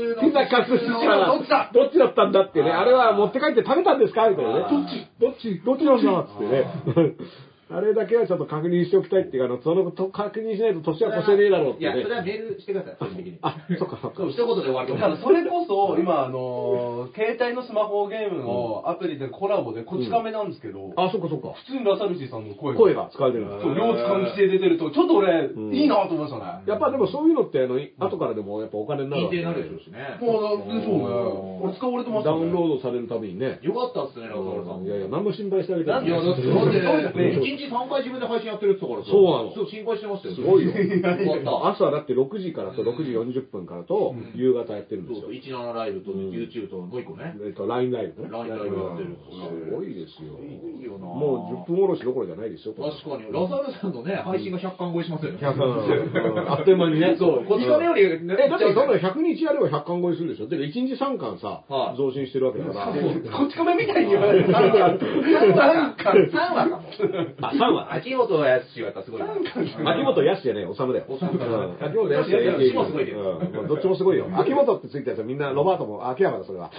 か、どっちだったんだってね、あれは持って帰って食べたんですかみたいなね、どっちなんだっつってね。あれだけはちょっと確認しておきたいっていうか、その確認しないと年は越せねえだろうって、ね。 いや、それはメールしてください、個人的に。 そっか。 一言で終わると思う。 それこそ、今、携帯のスマホゲームのアプリでコラボで、こち亀なんですけど、 そっか。 普通にラサルシーさんの声が使われてる。 そう、両津勘規制で出てると、ちょっと俺、いいなと思いましたね。 やっぱでもそういうのって、後からでもやっぱお金になるわけ。 認定になるでしょうしね。 そうね。俺使われてましたね。ダウンロードされるたびにね。 よかったっすね、ラサールさん。 いや、何の心配してあげてるいや、だって、1日3回自分で配信やってるって言ったからそうなの。 そう、心配してましたよ。 すごいよ。朝だって6時からと6時40分からと夕方やってるんですよ。 17ライブと YouTube ともう一個ね。 LINE ライブね。 LINE ライブやってる。 すごいですよ。 いいよな。 もう10分おろしどころじゃないですよ。 確かに。ラサールさんのね、配信が100巻超えしますよね。 100巻。あっという間にね。 そう。こっちのより、 だってそんな100日やれば100巻超えするでしょ。で、1日3巻さ、増進してるわけだから。 こっち亀みたいに言われて3 話かも。 3話。 秋元康はやったらすごい。 秋元康じゃねえ、おさむだよ。秋元康はどっちもすごいよ。 どっちもすごいよ。秋元ってついたやつはみんな、ロバートも、秋山だ、それは。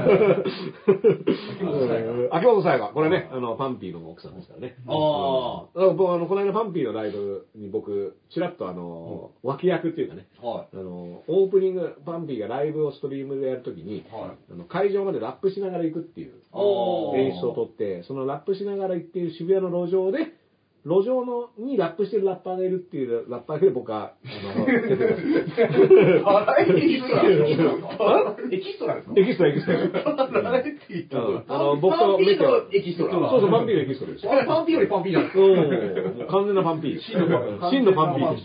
秋元さやか。これね、パンピーの奥さんですからね。この間パンピーのライブに僕、ちらっと脇役っていうかね、オープニング、パンピーがライブをストリームでやるときに、会場までラップしながら行くっていう演出をとって、そのラップしながら行っている渋谷の路上で、路上にラップしてるラッパーがいるっていうラッパーで僕は、出てます。 エキストラですか？ エキストラ。僕とメテオ。 エキストラ。 そう、パンピーのエキストラです。 パンピーよりパンピーじゃないですか。もう完全なパンピー。真のパンピーです。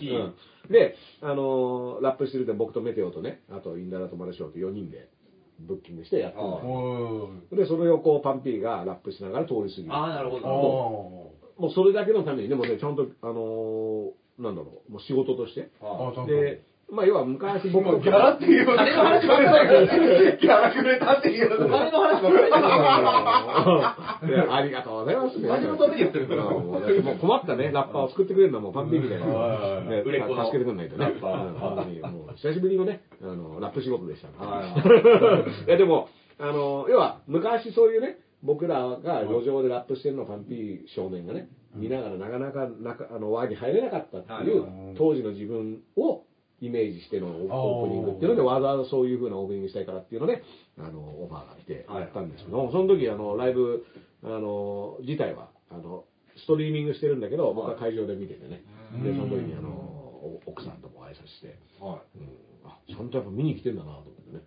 で、ラップしてるで僕とメテオとね、あとインダラとマルショーと4人でブッキングしてやってる。で、それをこうパンピーがラップしながら通り過ぎる。 なるほど。 もうそれだけのために、でもね、ちゃんと、もう仕事として。で、 まあ要は昔僕とギャラっていうような。 金の話ばっかりだよ。 ギャラくれたっていうような。 金の話ばっかりだありがとうございます。 金のために言ってるから。 もう困ったね、ラッパーを作ってくれるのはもうパンピーみたいな。 売れっ子の。 助けてくれないとね。本当に、もう久しぶりのね、ラップ仕事でした。いやでも、要は昔そういうね、僕らが路上でラップしてるのをパンピー少年がね、見ながらなかなか輪に入れなかったっていう当時の自分をイメージしてのオープニングっていうので、わざわざそういう風なオープニングしたいからっていうので、オファーが来てやったんですけど、その時ライブ自体はストリーミングしてるんだけど、僕は会場で見ててね、でその時に奥さんとも挨拶して、ちゃんとやっぱ見に来てんだなと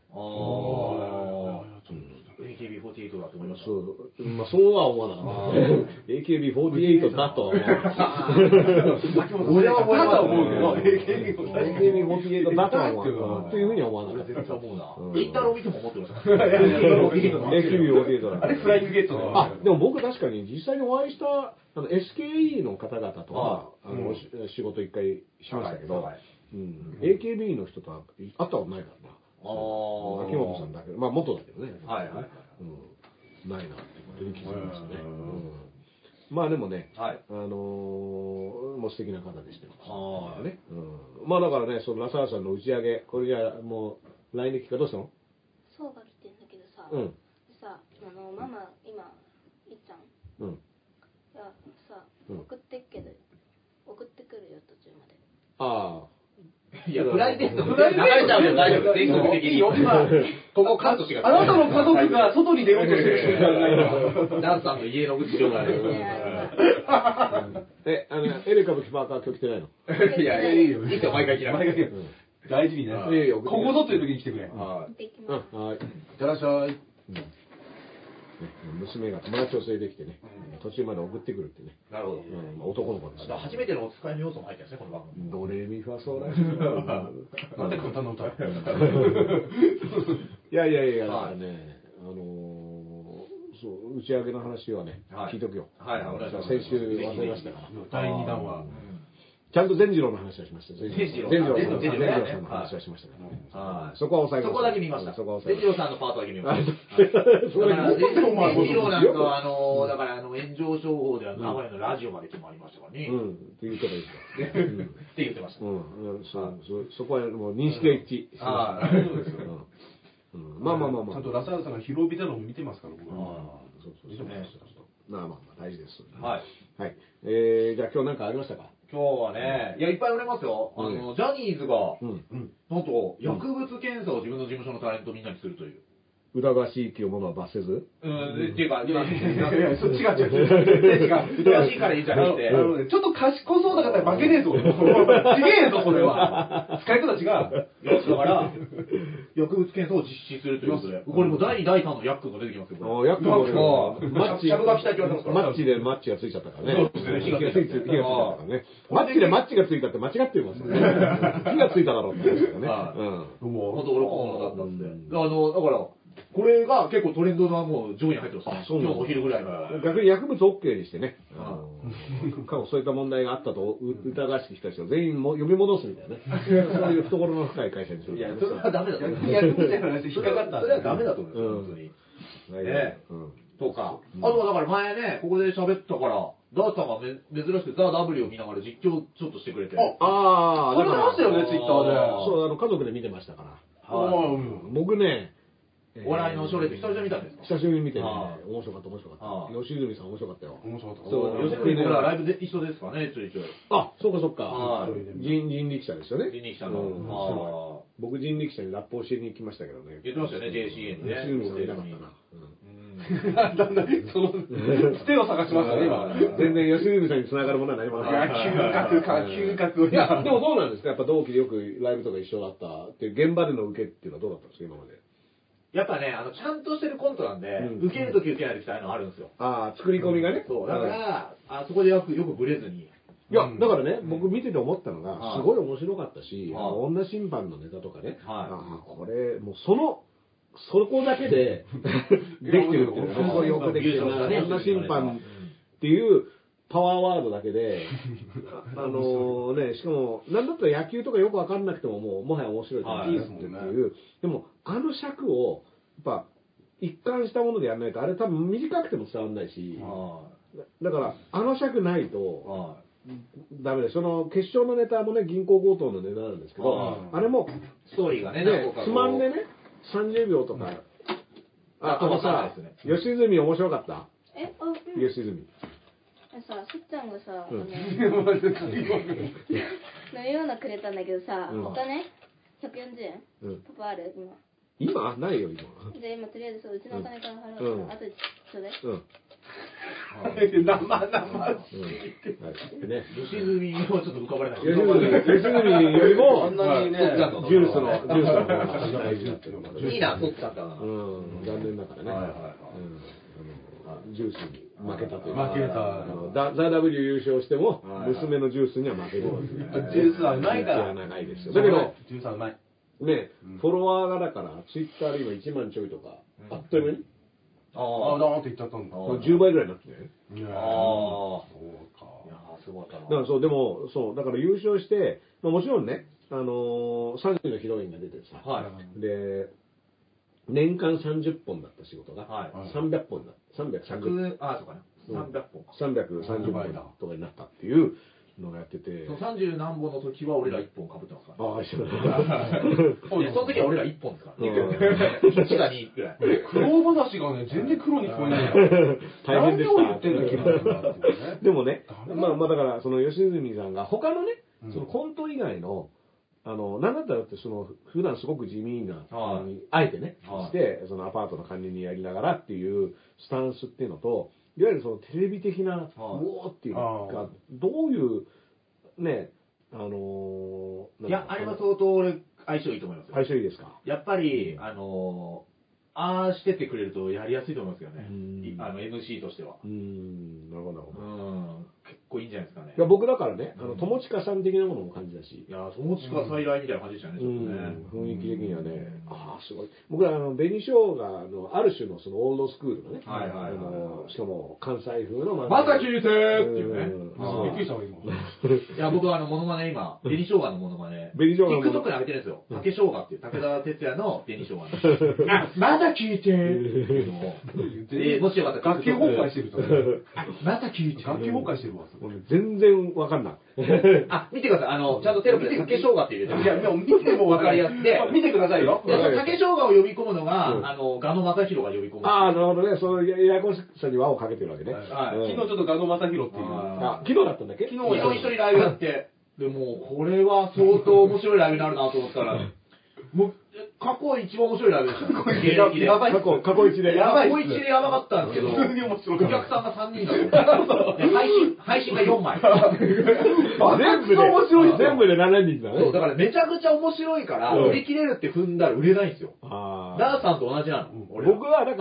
思ってね。 AKB48 だと思いました。 そう、まあそうは思わなかった。AKB48 だとは思わなかった。 俺は思うけど、AKB48 だとは思わなかった。というふうには思わなかった。 絶対思うな。インターロ見ても思ってました。 AKB48 あれフライングゲットだ。 あ、でも僕確かに実際にお会いしたSKE の方々とは仕事一回しましたけど、AKB の人とは会ったことないからな。秋元さんだけど、まあ元だけどね。 はいはい。 ないなってことに気づきましたね。まあでもね、もう素敵な方でしたよね。まあだからね、そのラサールさんの打ち上げ、これじゃもう来年期かどうしたの？ そうが来てんだけどさ、さ、ママ今いっちゃんがさ、送ってくるよ途中まで。 ああ。 いや、プライベート流れちゃうよ、大丈夫。全国的に。ここカットしてください。 あなたの家族が外に出ようとしてる瞬間が今。 ダンさんの家の口上がる。 エレカブキパーカー今日来てないの？ いや、いいよ。いいよ、毎回来ながら。 大事にね。ここぞという時に来てくれ。 行ってきます。 はい。 いってらっしゃい。 娘が友達を連れてきてね、途中まで送ってくるってね。 なるほど。 男の子です。 初めてのお使いの要素も入ってるんですね、この番組。 ドレミファソラシなんで簡単な歌？ いや、だからね、そう、打ち上げの話はね、聞いとくよ。 はい、お願いします。 先週忘れましたから。 第2弾は。 ちゃんと善次郎の話はしました。善次郎さんの話はしましたから。そこは抑えました。 そこだけ見ました。善次郎さんのパートだけ見ました。 それ善次郎なんかは、だから炎上商法では名古屋のラジオまで決まりましたからね。 っていうことですか。 って言ってました。 そこはもう認識が一致。 ああ、そうですよ。 まあ。 ちゃんとラサールさんが広びたのを見てますから、僕は。 そう。まあ大事です。 はい。 はい。じゃあ今日何かありましたか？ 今日はね、いや、いっぱい売れますよ。ジャニーズが、なんと、薬物検査を自分の事務所のタレントみんなにするという。 疑わしいっていうものは罰せず？ っていうか、今、 そっちが違う。 疑わしいからいいんじゃなくて。 ちょっと賢そうな方は負けねえぞ。ちげえぞ、これは。使い方違う。 だから、薬物検査を実施するということで。これも第2、第3のヤックンが出てきますよ。 ヤックンがマッチ、が来たって言われてますから。 マッチでマッチがついちゃったからね。 そうですね、火がついたからね。マッチでマッチがついたって間違ってますよね。火がついただろうって言うんですからね。 本当愚か者だったんで。だから、これが結構トレンドのもう上位に入ってます。今日のお昼ぐらいの。 逆に薬物 OK にしてね、過去そういった問題があったと疑わしき人たちを全員呼び戻すみたいなね。そういう懐の深い会社にする。 いや、それはダメだと思う。 薬物じゃなくて引っかかった。 それはダメだと思う。本当に。とか。あとはだから前ね、ここで喋ったから、ダーツさんが珍しくザ・ W を見ながら実況ちょっとしてくれて。 ああ、 それましたよね、ツイッターで。 そう、家族で見てましたから。僕ね、 お笑いの賞レース久々に見たんですか？ 久しぶりに見てね、面白かった。吉住さん面白かったよ。 面白かった。 そう、吉住君らライブで一緒ですかね、ちょいちょい。 あ、そっか。人力車ですよね。 人力車の。 僕人力車にラップを教えに行きましたけどね。 言ってましたよね、JCA にね。 吉住さんいなかったな。 その、つてを探しましたね、今。 全然吉住さんに繋がるものは何もない。 嗅覚。 いや、でもどうなんですか？やっぱ同期でよくライブとか一緒だったっていう現場での受けっていうのはどうだったんですか、今まで。 やっぱね、ちゃんとしてるコントなんで、受けるとき受けないときあるのあるんですよ。 ああ、作り込みがね。 そう、だから、そこでよくブレずに。 いや、だからね、僕見てて思ったのが、すごい面白かったし、女審判のネタとかね、これ、もうそこだけでできてるっていうのが、すごいよくできてるな、女審判っていうパワーワードだけで、しかも、なんだったら野球とかよくわかんなくても、もはや面白い感じになってっていう、でも、あの尺を、やっぱ、一貫したものでやらないと、あれ多分短くても伝わんないし、だから、あの尺ないと、ダメで、その決勝のネタもね、銀行強盗のネタなんですけど、あれも、 ストーリーがね、 つまんでね、30秒とか、さ、吉住面白かった？吉住。 さ、すっちゃんがさ、飲み物くれたんだけどさ、お金140円パパある今ないよ、今。 じゃあ今とりあえずうちのお金から払うから、あとちょうだい。 吉住をちょっと浮かばれない。 吉住よりも、あんなにね、ジュースの方が大事になってる。 いいな、取っちゃったな。 残念だからね。ジュースに負けたという。 負けた。 ザ・ W 優勝しても、娘のジュースには負ける。 ジュースはうまいから。 ないですよ。だけど、 ジュースはうまい。 ね、フォロワーがだから、ツイッターで今1万ちょいとか、あっという間にダーンっていっちゃったんだ。 10倍ぐらいになってね。 そうか。 いやすごかったな。 だからそう、でも、そう、だから優勝して、もちろんね、3人のヒロインが出てるさ。で、年間30本だった仕事が、300本だ。330 本。 330本とかになったっていうのがやってて。 30何本の時は俺ら1本被ってますから。 ああ、一緒だ。 その時は俺ら1本ですからね。1が2ぐらい。 黒話がね、全然黒に聞こえない。 大変でした。 何を言ってんだ君。 でもね、まあだから、その吉住さんが他のね、そのコント以外の、なんだったらって、普段すごく地味な、あえてね、して、そのアパートの管理人やりながらっていうスタンスっていうのと、いわゆるそのテレビ的な、うおーっていうのが、どういう、ね、 いや、あれは相当俺、相性いいと思いますよ。 相性いいですか？ やっぱり、ああしててくれるとやりやすいと思いますよね。MC としては。 なるほど。 結構いいんじゃないですかね。 いや、僕だからね、友近さん的なものも感じだし。 いや、友近再来みたいな感じでしたね、ちょっとね。 雰囲気的にはね、すごい。僕ら、紅生姜のある種のそのオールドスクールのね、しかも関西風のまた聞いてーっていうね。 びっくりしたわ、今。 いや、僕はモノマネ今、紅生姜のモノマネ。 紅生姜の。 TikTok に上げてるんですよ。竹生姜っていう、武田鉄矢の紅生姜の。また聞いてーっていうのを。もしよかったら、 楽器崩壊してると。 また聞いて楽器崩壊してるわ。 全然わかんない。 見てください。ちゃんとテロップで竹生姜って入れてる。 いや、でも見てもわかりやすい。見てくださいよ。 竹生姜を呼び込むのが、ガノ正宏が呼び込む。 なるほどね。そのややこしさに輪をかけてるわけね。 昨日ちょっとガノ正宏っていう。 昨日だったんだっけ？ 昨日一緒にライブやって。でも、これは相当面白いライブになるなと思ったら、もう、過去一番面白いライブでした。 やばい。過去一で。 過去一でやばかったんですけど、 普通に面白い。 お客さんが3人だと。配信が4枚。 全部で面白い。全部で7人だね。 そう、だからめちゃくちゃ面白いから、売り切れるって踏んだら売れないんですよ。ダーさんと同じなの。 僕はだから、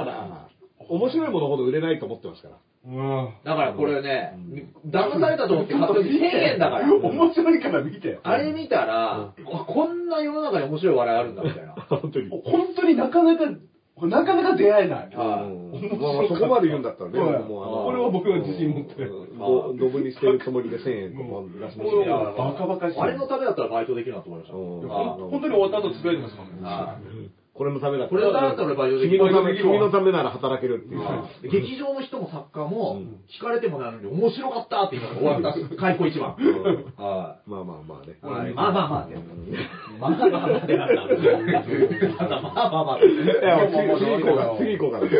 面白いものほど売れないと思ってますから。 だからこれね、騙されたと思って買った時1000円だから。 面白いから見て。 あれ見たら、こんな世の中に面白い笑いあるんだみたいな。 本当になかなか出会えない。 そこまで言うんだったらね、 これは僕は自信持って。 ドブに捨てるつもりで1000円出しました。 バカバカしい。 あれのためだったらバイトできるなと思いました。 本当に終わった後つぶやいてますからね。 これのためだったら。これのためだったらバイトできる。 君のためなら働けるっていう。 劇場の人も作家も、聞かれてもなるのに面白かったって言いながら終わった。開口一番。 まあまあまあね。 まあまあまあね。まあまあまあってなった。まあまあまあ。 次行こうか。次行こうか。 ち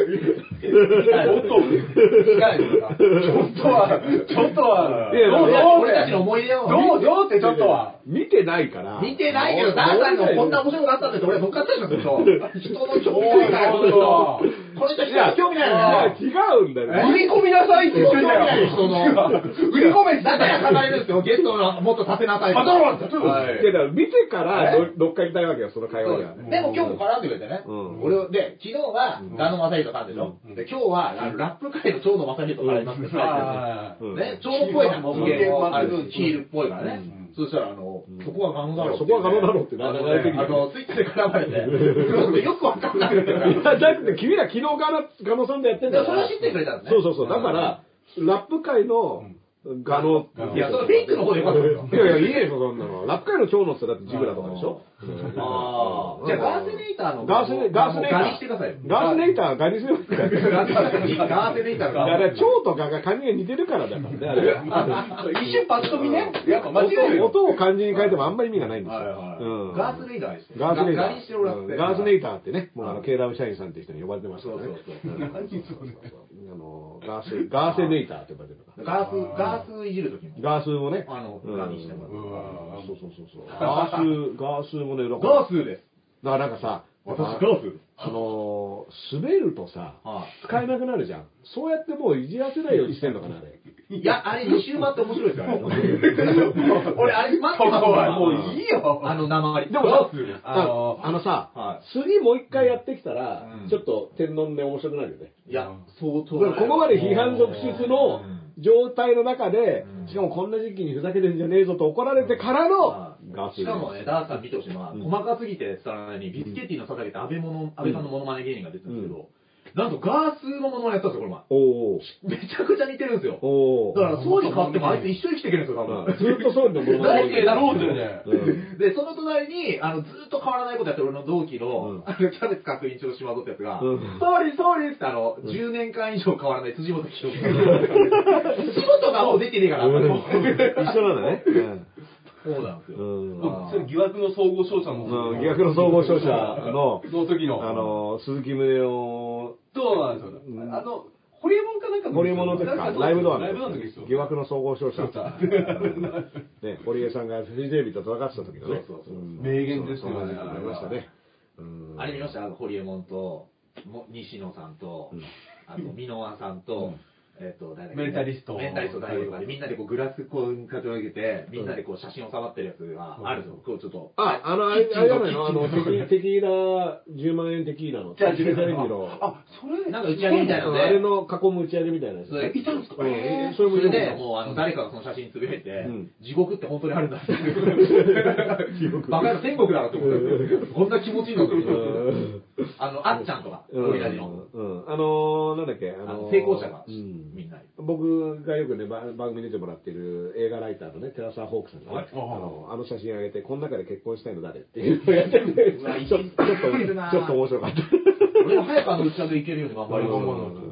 ょっとは。 俺たちの思い出を。 どうってちょっとは。 見てないから。 見てないけど、ダーさんがこんな面白くなったんで俺乗っかったりするんですよ。人の興味ないから、この人。この人興味ないのよ。 違うんだよ。 売り込みなさいって言ってんだよ。 人の。 売り込めって。 だから語れるんですよ。ゲストのもっと立てなさい。 見てから乗っかりたいわけよ、その会話には。 でも今日も絡んでくれてね。俺で、昨日はガノ正宏さんでしょ。で、今日はラップ界の長野正宏と絡みますけど、ね、長野っぽいな。ヒールっぽいからね。そしたら、そこはガノだろう。 そこはガノだろうってツイッターで絡まれて、よくわかんなくて。 だって君ら昨日ガノさんでやってんだよ。 それは知ってくれたんですね。 そう。だから、ラップ界の、 ガノ。 いや、そのフェイクの方でよかったんですか？ いやいや、いいでしょ、そんなの。ラップ界の蝶野ってだってジブラとかでしょ。 ああ。じゃあ、ガーセネイターの。 ガーセネイター。 ガニしてください。 ガーセネイター、ガニするから。 ガーセネイターの。 だから、蝶とかがカニが似てるからだからね、あれ。 一瞬パッと見ね、やっぱ間違えるよ。 音を漢字に変えてもあんまり意味がないんですよ。 ガースネイターです。 ガースネイター。 ガニしてもらって。 ガースネイターってね、もうケーラム社員さんって人に呼ばれてましたからね。ガーセネイターって呼ばれてるのか。 ガースいじるときも。 ガースもね。 ガニしてもらって。 そう。ガースもね、 ガースです。 だからなんかさ、 私ガース滑るとさ、使えなくなるじゃん。そうやってもういじらせないようにしてんのかな、あれ。 いや、あれ2周回って面白いですよ、あれ。俺、あれ待ってますわ。 もういいよ。 鉛。 でもさ、次もう一回やってきたら、ちょっと天丼で面白くなるよね。 いや、相当。 ここまで批判続出の状態の中で、しかもこんな時期にふざけてんじゃねえぞと怒られてからの、 しかもね、ダースさん見てほしいのは、細かすぎて伝わらないに、ビスケッティの捧げて安倍さんのモノマネ芸人が出てるんですけど、なんとガースのモノマネやったんですよ、これ前。めちゃくちゃ似てるんですよ。だから、総理変わってもあいつ一緒に生きていけるんですよ、多分。 ずっと総理のモノマネ。 大嫌いだろうってね。で、その隣に、ずっと変わらないことやってる俺の同期の、キャベツ確認長島戸ってやつが、総理って10年間以上変わらない辻元清美。辻元がもう出てねえから。 一緒なんだね。 そうなんですよ。 それ疑惑の総合商社の。 疑惑の総合商社の、 その時の。 鈴木宗男。 そうなんですよ。ホリエモンかなんかホリエモンの時か、ライブドアの時ですよ。 疑惑の総合商社。ね、堀江さんがフジテレビと戦ってた時のね。 名言ですよね。 ありましたね。 あれ見ましたホリエモンと、西野さんと、あと、箕輪さんと、 メンタリスト大悟とかでみんなでこうグラスこうかけ上げて、みんなでこう写真を収まってるやつがあるぞ。こうちょっと。 あれじゃないのテキーラ、10万円テキーラの。 じゃあ、 テキーラレンジの。 それなんか打ち上げみたいなので。 あれの囲む打ち上げみたいなやつ。 いたんですか？ それで、もう誰かがその写真つぶやいて、地獄って本当にあるんだって。バカ野郎天国だろって思った。こんな気持ちいいのに。あっちゃんとか、ゴリラジの。 なんだっけ、 成功者が、みんな。 僕がよくね、番組出てもらっている映画ライターのね、テラサー・ホークさんがね、写真あげて、この中で結婚したいの誰っていうのをやってて、ちょっと面白かった。 俺も早く打ち上げ行けるように頑張ります。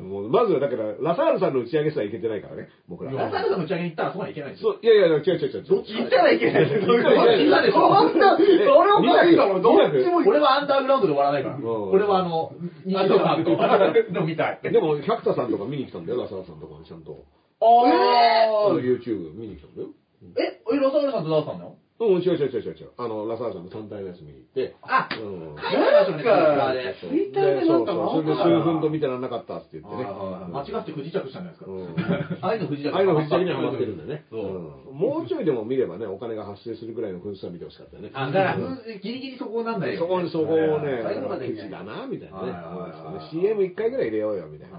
まずはだから、ラサールさんの打ち上げすら行けてないからね、僕ら。 ラサールさんの打ち上げに行ったらそこまで行けないんですよ。 いや、違う。 どっち行ったらいけないんですよ。みんなでしょ。それおかしいだろ。どっちも。俺はアンダーグラウンドで終わらないから。俺は西野さんと飲みたい。 でも、百田さんとか見に来たんだよ、ラサールさんとかちゃんと。YouTube 見に来たんだよ。 ラサールさんとダースさんだよ。 違う。ラサールさんの単体のやつ見に行って。 なんか、 ツイッターでなんかそれで数分と見てらんなかったって言ってね。 間違って不時着したんじゃないですか。愛の不時着にはまってるんだね。もうちょいでも見ればね、お金が発生するぐらいの分数は見てほしかったよね。 だから、ギリギリそこなんだよ。 そこをね、ケチだな、みたいなね。CM1 回ぐらい入れようよ、みたいな。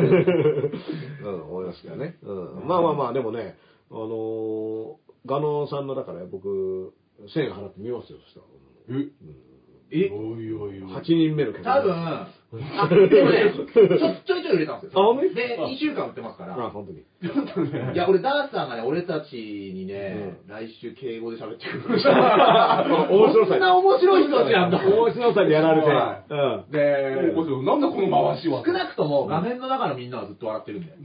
思いますけどね。まあ、でもね、ガノさんのだから僕、1000円払ってみますよ、そしたら。8人目の客。 多分、でもね、ちょい売れたんですよ。で、2週間売ってますから。 本当に。 いや、俺、ダースさんがね、俺たちにね、来週敬語で喋ってくる。 面白さ。 こんな面白い人たちなんだ。 面白さにやられて。 で、 なんだこの回しは。 少なくとも画面の中のみんなはずっと笑ってるんだよ。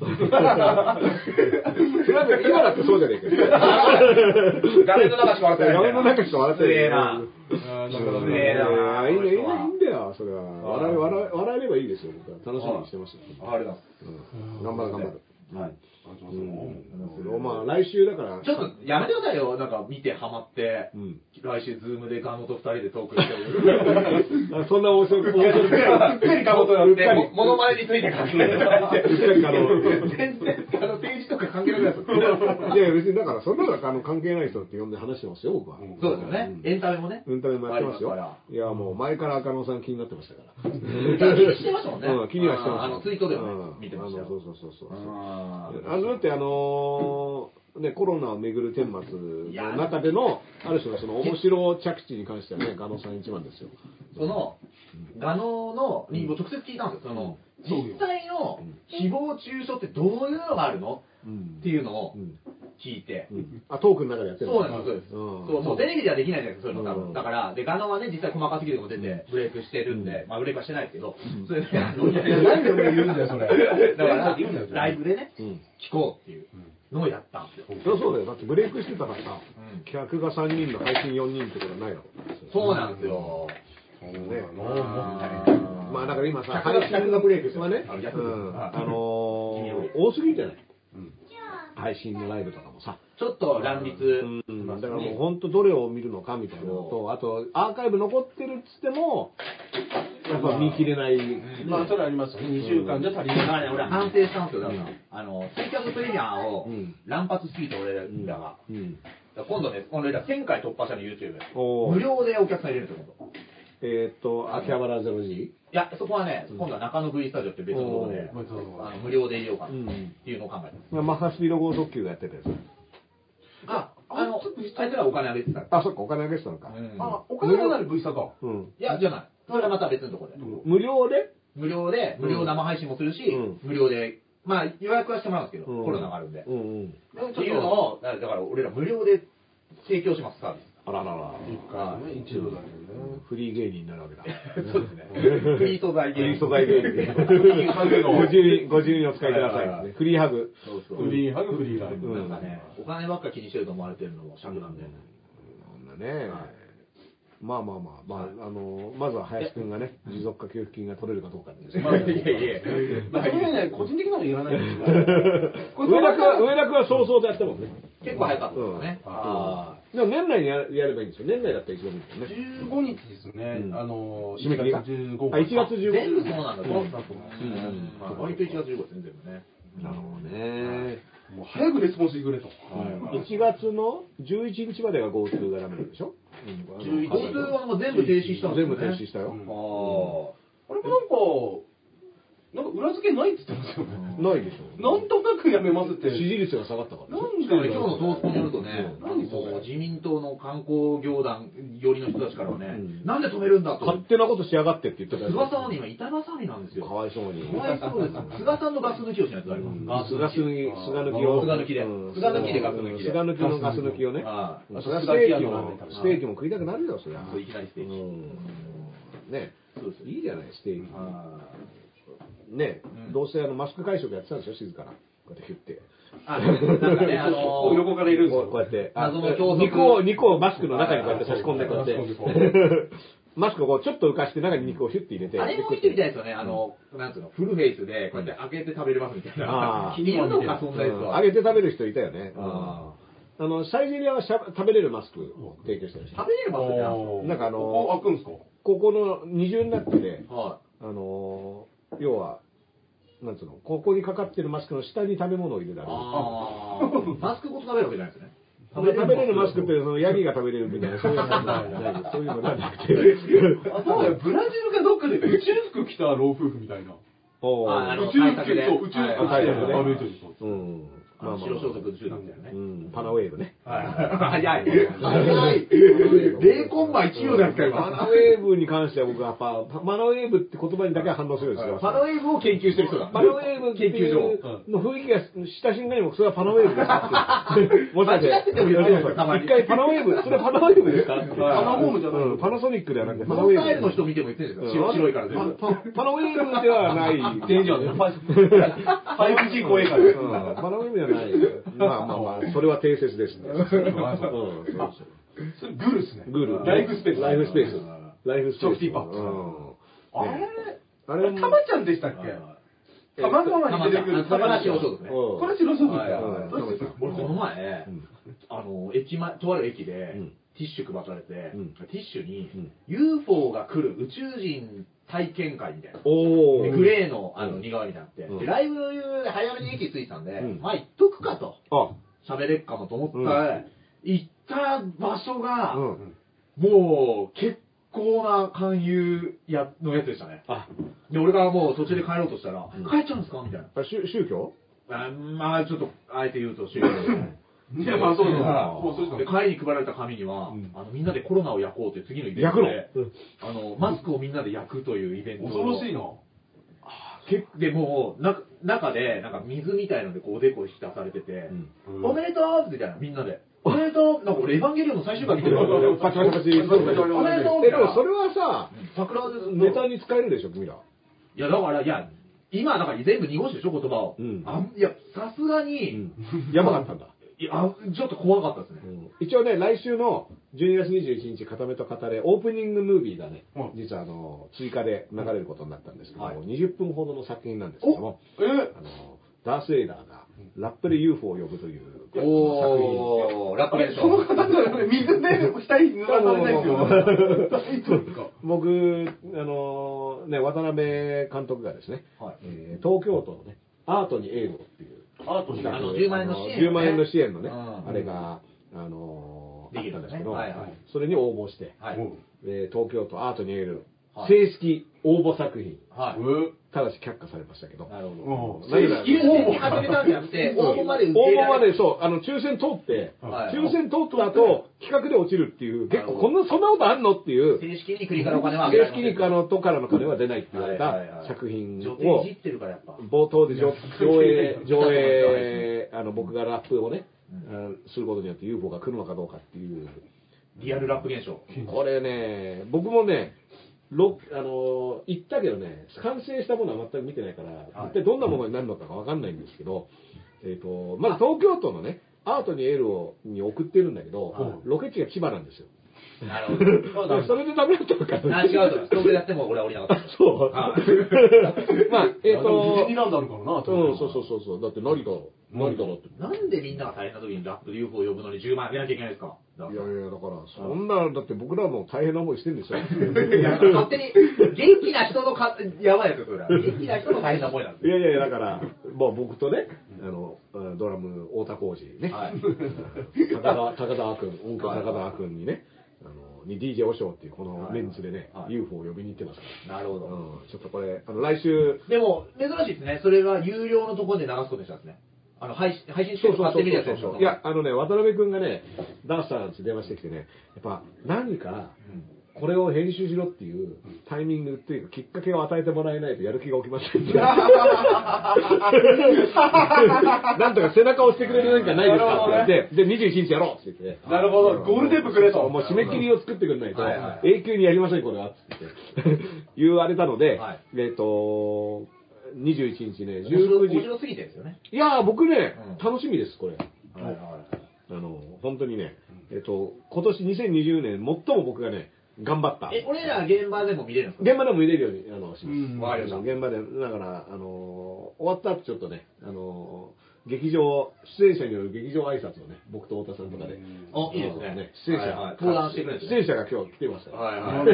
今だってそうじゃねえか。 画面の中しか笑ってない。 画面の中しか笑ってない。 失礼な。 いいんだよ、それは。笑えればいいですよ、僕は。楽しみにしてました。 ありがとうございます。 頑張る。はい。まあ、来週だから。 ちょっとやめてくださいよ。なんか見てハマって、来週ズームでガノと2人でトークしてる。 そんな面白く。うっかりガノとやって、モノマネについて関係ない。うっかりガノ。全然、政治とか関係なくなる。 いや、別にだから、そんなの関係ない人って呼んで話してますよ、僕は。 そうですよね。エンタメもね。 エンタメもやってますよ。いや、もう前から赤野さん気になってましたから。 気にしてましたもんね。 気にはしてました。 ツイートでも見てましたよ。 そう。だってね、コロナをめぐる顛末の中での、ある種のその面白着地に関してはね、ガノさん一番ですよ。 ガノに直接聞いたんですよ。実際の誹謗中傷ってどういうのがあるのっていうのを、 聞いて。 あ、トークの中でやってるそうなんです、そうです。もうテレビではできないじゃないですか、そういうの多分。だから、で、ガノはね、実際細かすぎるのも出て、ブレイクしてるんで、まあ、ブレイクはしてないですけど、それで、 なんで俺言うんだよ、それ。 だから、ライブでね、聞こうっていうのをやったんですよ。 そうだよ。だってブレイクしてたからさ、客が3人の配信4人ってことはないの。 そうなんですよ。 まあだから今さ、 配信がブレイクしてはね、多すぎじゃない。配信のライブとかもさ。 ちょっと乱立。 だからもう本当どれを見るのかみたいなのと、あとアーカイブ残ってるっつっても、やっぱ見切れない。 まあそれありますよね。2週間じゃ足りない。 俺反省したんですよ、だから。ツイキャスプレミアを乱発しすぎて俺らが。今度ね、俺ら1000回突破したの YouTube。無料でお客さん入れるってこと。 秋葉原 0G？ いや、そこはね、今度は中野 V スタジオって別のところで、無料で入れようかなっていうのを考えてます。 マッハスピード剛速球がやってたやつ。 あいつらお金あげてた。 あ、そっか、お金あげてたのか。 お金がなる V スタか。 いや、じゃない。それはまた別のところで。 無料で無料生配信もするし、無料で、まあ予約はしてもらうんですけど、コロナがあるんで。っていうのを、だから俺ら無料で提供します、サービス。 あららら。 一度だけどね。 フリー芸人になるわけだ。 そうですね。フリー素材芸人。 フリー素材芸人。50人お使いください。フリーハグ。 フリーハグ、フリーライブ。 なんかね、お金ばっか気にしてると思われてるのも尺なんで。 そんなね。まあ、まずは林くんがね、持続化給付金が取れるかどうかです。 いやいや。まあ、それはね、個人的なの言わないですけど。 上田くんは早々でやったもんね。 結構早かったですね。 でも年内にやればいいんですよ。年内だったら一番いいですよね。 15日ですね。 締め切りが 1 月15日。 全部そうなんだ。割と1月15日ですね、全部ね。 なるほどね。 もう早くレスポンスしてくれと。 1月の11日までが GoTo がダメなんでしょ？ GoTo はもう全部停止したんですよね。 全部停止したよ。 あれもなんか裏付けないって言ってますよね。 ないでしょ。 なんとなくやめますって。 支持率が下がったから。 なんで今日のトースポによるとね、自民党の観光業団寄りの人たちからはね、なんで止めるんだと。 勝手なことしやがってって言ってたよ。 菅さんはね、今、板挟みなんですよ。 かわいそうに。 かわいそうです。菅さんのガス抜きをしないとあります。 菅抜きで。 菅抜きでガス抜きで。 菅抜きのガス抜きをね。ステーキも食いたくなるよ、そりゃ。 いきなりステーキ。 ね。いいじゃない、ステーキ。ね、どうせマスク会食やってたんでしょ、静かな。こうやってヒュッて。 なんかね、 横からいるんですよ。 こうやって。 謎の教則。 肉をマスクの中にこうやって差し込んで、こうやって。マスクをこうちょっと浮かして中に肉をヒュッて入れて。 あれもいい人みたいですよね。なんつうの、フルフェイスで、こうやって開けて食べれますみたいな。気に入るのか、そんなやつは。 開けて食べる人いたよね。サイゼリアは食べれるマスクを提供してるし。 食べれるマスクってなんかここ開くんですか？ ここの二重になってて、要は、なんつうの、ここにかかってるマスクの下に食べ物を入れられる。 マスクごと食べるわけじゃないですね。 食べれるマスクって、ヤギが食べれるみたいな、そういうのがなくて。 そうだよ、ブラジルかどっかで宇宙服着た老夫婦みたいな。 宇宙服着て歩いてる人。 白装束集団みたいなね。 パナウェーブね。 早い。0コンマ1秒ですか、今。 パナウェーブに関しては僕はパナウェーブって言葉にだけは反応するんですよ。 パナウェーブを研究してる人だ。 パナウェーブ研究所の雰囲気がした瞬間にも、それはパナウェーブですかって。もしかして。一回パナウェーブ、それはパナウェーブですかって。 パナホームじゃない。 パナソニックではなくて、 パナウェーブの人見ても言ってるんですよ。白いから全部。 パナウェーブではない。 全然 5G 超えから。 パナウェーブではない。まあ、それは定説ですね。 それグルですね。 グル。 ライフスペース。 ライフスペース。 チョクティーパック。あれ、タマちゃんでしたっけ？玉川に出てくる。 玉梨おそうですね。 これ白そうですか？ 俺この前、とある駅で、ティッシュ配られて、ティッシュに UFO が来る宇宙人体験会みたいな。グレーの似顔絵みたいになって、ライブで早めに駅着いたんで、まあ行っとくかと。喋れっかもと思ったら、行った場所が、もう結構な勧誘のやつでしたね。で、俺がもう途中で帰ろうとしたら、帰っちゃうんですかみたいな。 宗教？ まあちょっと、あえて言うと宗教ですね。 いや、まあそうですで、帰りに配られた紙には、みんなでコロナを焼こうという次のイベントで、マスクをみんなで焼くというイベント。 恐ろしいな。 でもう中でなんか水みたいのでこうおでこ浸されてて、おめでとうみたいなみんなで。おめでとうなんか俺エヴァンゲリオンの最終回見てるからパチパチパチ。 おめでとうでもそれはさ、 桜でネタに使えるでしょ、君ら。 いやだからいや今だから全部濁してでしょ言葉を。いやさすがにやばかったんだ。 いやちょっと怖かったですね。 一応ね来週の12月21日固めと語れオープニングムービーがね、実は追加で流れることになったんですけども、20分ほどの作品なんですけども、ダース・エイダーがラップで UFO を呼ぶという作品。 ラップでしょ。 その方が水で下に濡らされないですよ。 僕ね渡辺監督がですね、東京都のねアートにエールをっていう 10万円の支援 10万円の支援のねあれがあったんですけど、それに応募して、東京都アートにエール正式応募作品。ただし却下されましたけど。 なるほど。正式応募始めたんじゃなくて、応募までそう、抽選通って、抽選通った後、企画で落ちるっていう、結構そんなことあんのっていう。 正式に国からお金はあげられない。 正式に都からの金は出ないって言われた作品を、 冒頭で上映、僕がラップをね、することによって UFO が来るのかどうかっていう。 リアルラップ現象。 これね、僕もね、言ったけどね、完成したものは全く見てないから、一体どんなものになるのかわかんないんですけど、まず東京都のね、アートにエールに送ってるんだけど、ロケ地が千葉なんですよ。 なるほど。 それでダメだったのかな。 違うと思います。東京でやっても俺は降りなかった。 そう。まあ、 ディズニーランドあるからな、 そう。だって何だろって。 なんでみんなが大変な時にラップで UFO を呼ぶのに10万あげなきゃいけないですか。 いや、だから、そんな、だって僕らも大変な思いしてるんですよ。 勝手に、元気な人のやばいですよ、それは。元気な人の大変な思いなんですよ。いや、だから、僕とね、ドラム、太田浩二ね、高田君、音響高田君にね、DJ おしょうっていうこのメンツでね、UFO を呼びに行ってますから。 なるほど。 ちょっとこれ、来週。 でも、珍しいですね。それは有料のところで流すことにしたんですね。配信して買ってみるやつでしょ。 いや、渡辺君がね、ダースターって電話してきてね、やっぱ何か、これを編集しろっていうタイミングっていうか、きっかけを与えてもらえないとやる気が起きません。なんとか背中を押してくれる何かないですかって言って、で、21日やろうって言って。 なるほど、ゴールテープくれと。 もう締め切りを作ってくれないと、永久にやりません、これは。って言われたので、21日ね、19時。 面白すぎてですよね。 いやー、僕ね、楽しみです、これ。本当にね、今年2020年、最も僕がね、頑張った。 俺ら現場でも見れるんですか？ 現場でも見れるようにします。わかりました。 現場で、だから、終わった後ちょっとね、劇場、出演者による劇場挨拶をね、僕と太田さんとかで。 いいですね。 出演者、 登壇してくれる。 出演者が今日来てましたよ。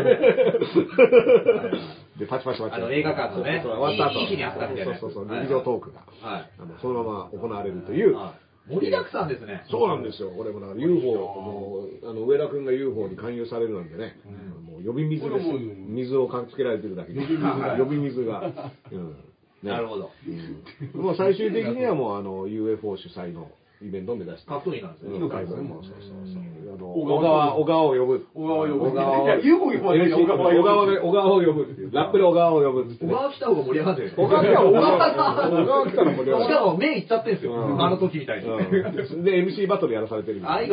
で、パチパチ。 映画館のね、 終わった後。 いい日にあったみたいな。 そう、劇場トークが、そのまま行われるという。 盛りだくさんですね。 そうなんですよ。俺もなんか UFO、もう、上田くんが UFO に勧誘されるなんでね、もう呼び水ですよ。水をかけつけられてるだけで。呼び水が。 なるほど。 もう最終的にはもうUFO 主催のイベントを目指して。 かっこいいなんですね。 小川を呼ぶ。 小川を呼ぶ。いや、UFO 呼ばない。 小川を呼ぶっていう。ラップで小川を呼ぶって。 小川来た方が盛り上がってる。 小川来たら盛り上がる。 しかも目いっちゃってるんですよ。あの時みたいに。 で、MC バトルやらされてる。 愛が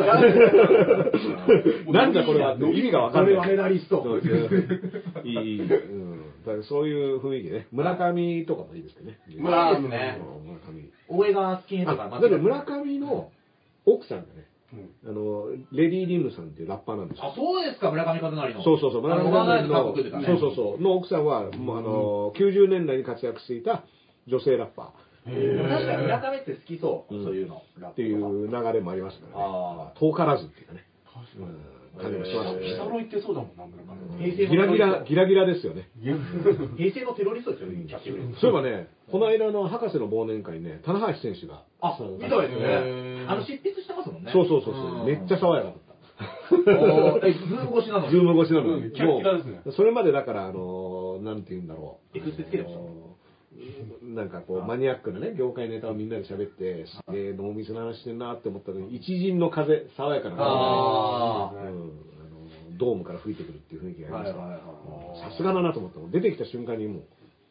なんだこれは意味がわかんない。 俺はメダリスト。 いい。そういう雰囲気ね。村上とかもいいですね。 村上ね。大江川スキンヘッドが。 だって村上の奥さんがね、レディー・リムさんっていうラッパーなんですよ。 あ、そうですか、村上和成の。 そう。村上和成の、の奥さんは、90年代に活躍していた女性ラッパー。確かに村上って好きそう、そういうの。 っていう流れもありますからね。遠からずっていうかね。 感じもしますね。北野行ってそうだもんな、村上。 ギラギラですよね。 平成のテロリストですよね、 そういえばね、この間の博士の忘年会ね、棚橋選手が。 見たいですね。執筆してますもんね。 そう。めっちゃ爽やかだった。 ズーム越しなの？ ズーム越しなの。 キラキラですね。 それまでだから、なんて言うんだろう。 エクスペつけてました。 なんかこう、マニアックなね、業界ネタをみんなで喋って、すげえ濃密な話してんなって思ったのに、一陣の風、爽やかな風が、ドームから吹いてくるっていう雰囲気がありました。さすがだなと思った。出てきた瞬間にもう、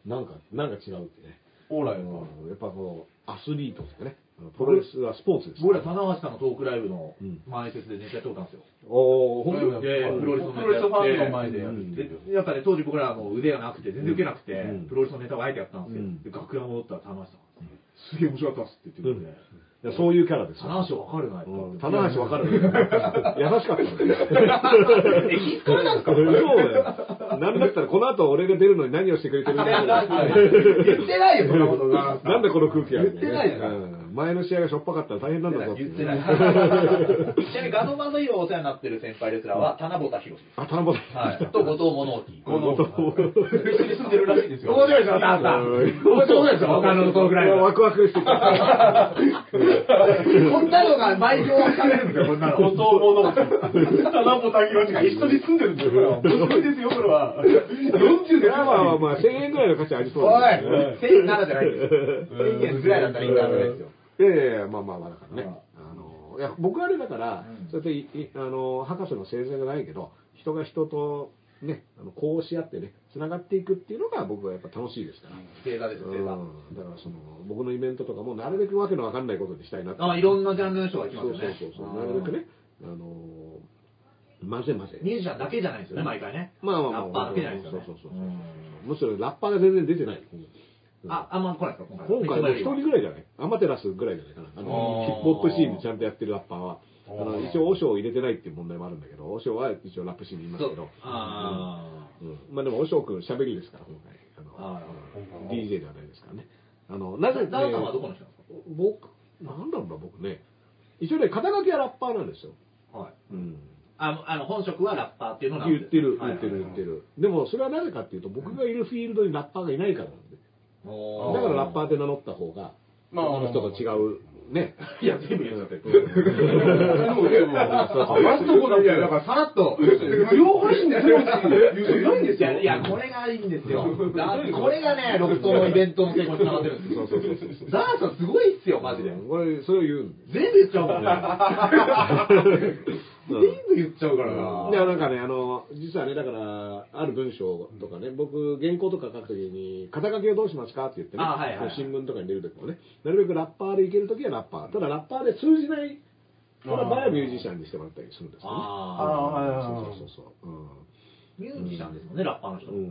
なんか違うってね。 オーライやっぱこう、アスリートですかね。プロレスはスポーツです。 僕ら、棚橋さんのトークライブの前説でネタやってたんですよ。 おー、ほんとで、プロレスのネタファンの前でやる。 やっぱね、当時僕ら腕がなくて、全然受けなくて、プロレスのネタをあえてやったんですよ。で、楽屋戻ったら棚橋さん、すげえ面白かったっすって言ってくれて。 そういうキャラですよ。 棚橋わかるな、 棚橋わかる。優しかったのね。 気使わなんすか？ そうだよ。なんだったらこの後俺が出るのに何をしてくれてるんだ言ってないよ、そんなこと。 なんだこの空気は。 言ってないよ。 前の試合がしょっぱかったら大変なんだぞ。 言ってない。ちなみにガノマンの今お世話になってる先輩レスラーは、棚ぼたひろし。 あ、棚ぼた。 はい。と、後藤物置。 後藤。 一緒に住んでるらしいですよ。 面白いですよ、ダンさん。面白いですよ、他のトークライブ。 ワクワクしてた。 こんなのが毎秒分かれるんですよ、こんなの。 後藤物置。棚ぼたひろしが一緒に住んでるんですよ。面白いですよ、これは。40で。 まあ1000円ぐらいの価値ありそうおい、1000円ならじゃないですよ。1000円ぐらいだったらいいんだですよ。 いや、まあ、だからね。いや、僕はあれだから、そうやって、博士の生前がないけど、人が人と、ね、こうし合ってね、繋がっていくっていうのが僕はやっぱ楽しいですから。 正座ですよ、正座。 だから僕のイベントとかもなるべくわけのわかんないことにしたいなって。 いろんなジャンルの人が来ますよね。 そう。なるべくね、混ぜ。 ミュージシャンだけじゃないですよね、毎回ね。ラッパーだけじゃないですよね。 そう。むしろラッパーが全然出てない。 あんま来ないですか今回1人ぐらいじゃない？アマテラスぐらいじゃないかな。ヒップホップシーンでちゃんとやってるラッパーは。一応、オショを入れてないっていう問題もあるんだけど、オショは一応ラップシーンにいますけど。まあでも、オショ君喋りですから、今回。DJ ではないですからね。なぜ、 ダンさんはどこの人なんですか？ 僕、なんだろうな、僕ね。一応ね、肩書きはラッパーなんですよ。 はい。本職はラッパーっていうのを言ってる。でも、それはなぜかっていうと、僕がいるフィールドにラッパーがいないからなんで。だからラッパーって名乗った方が、他の人と違う。ね。 いや、全部言うなって。 話すとこだけ。 だからさらっと、 無料配信で言う人いないんですよ。 いや、これがいいんですよ。これがね、ロフトのイベントの成功につながってるんですよ。そう。ダーさんすごいっすよ、マジで。 これ、それを言う。 全部言っちゃうもんね。全部言っちゃうからな。 で、なんかね、実はね、だから、ある文章とかね、僕、原稿とか書くときに、肩書きをどうしますかって言ってね、新聞とかに出るときもね、なるべくラッパーでいけるときはラッパー。ただ、ラッパーで通じない、これは場合はミュージシャンにしてもらったりするんですよね。そう。 ミュージシャンですもんね、ラッパーの人。 そう。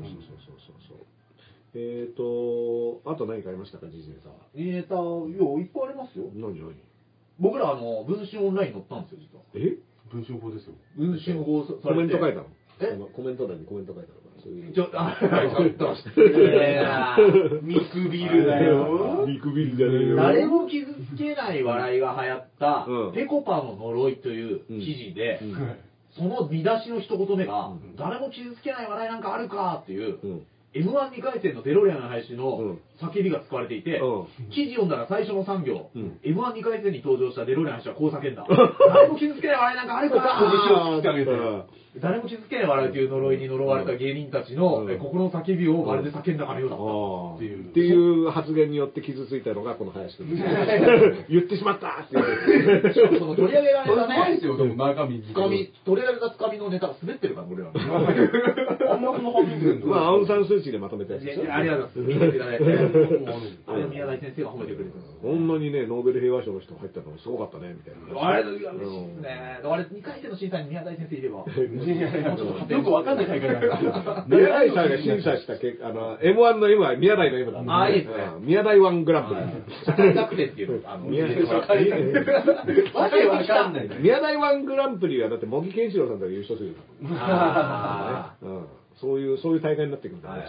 あと何かありましたか、時事ネタは。 ネタ、いっぱいありますよ。 何僕ら、文春オンラインに載ったんですよ、実は。 文春法ですよ。 文春法されて。 コメント書いたの？コメント欄にコメント書いたのかな？ ちょっと、失礼な。見くびるだよ。 見くびるじゃねえよ。 誰も傷つけない笑いが流行った、ぺこぱの呪いという記事で、その見出しの一言目が、誰も傷つけない笑いなんかあるかっていう、M12 回戦のデロリアンの配信の叫びが使われていて、記事読んだら最初の3行、M12 回戦に登場したデロリアンの配信はこう叫んだ。誰も傷つけない笑いなんかあるか誰も傷つけない笑いという呪いに呪われた芸人たちの心の叫びをまるで叫んだかのようだったっていう発言によって傷ついたのがこの林君です。言ってしまったっていう。 しかもその取り上げられたね、 すごいですよ、でも中身。 取り上げられたつかみのネタが滑ってるから、俺ら。 あんなの初めて。 まあ、アウンサンスーチーでまとめたやつでしょ。 ありがとうございます。見ていただいて。あれを宮台先生が褒めてくれてる。 こんなにね、ノーベル平和賞の人入ったのすごかったね、みたいな。 あれ、嬉しいですね。あれ、2回戦の審査に宮台先生いれば。 よくわかんない大会だから。 宮台さんが審査した結果、M1 の M は宮台の M だ。 ああ、いいですね。 宮台1グランプリ。 社会学生っていう、 宮台わかんない。 宮台1グランプリはだって茂木健一郎さんとか優勝するよ。そういう大会になってくるんだね。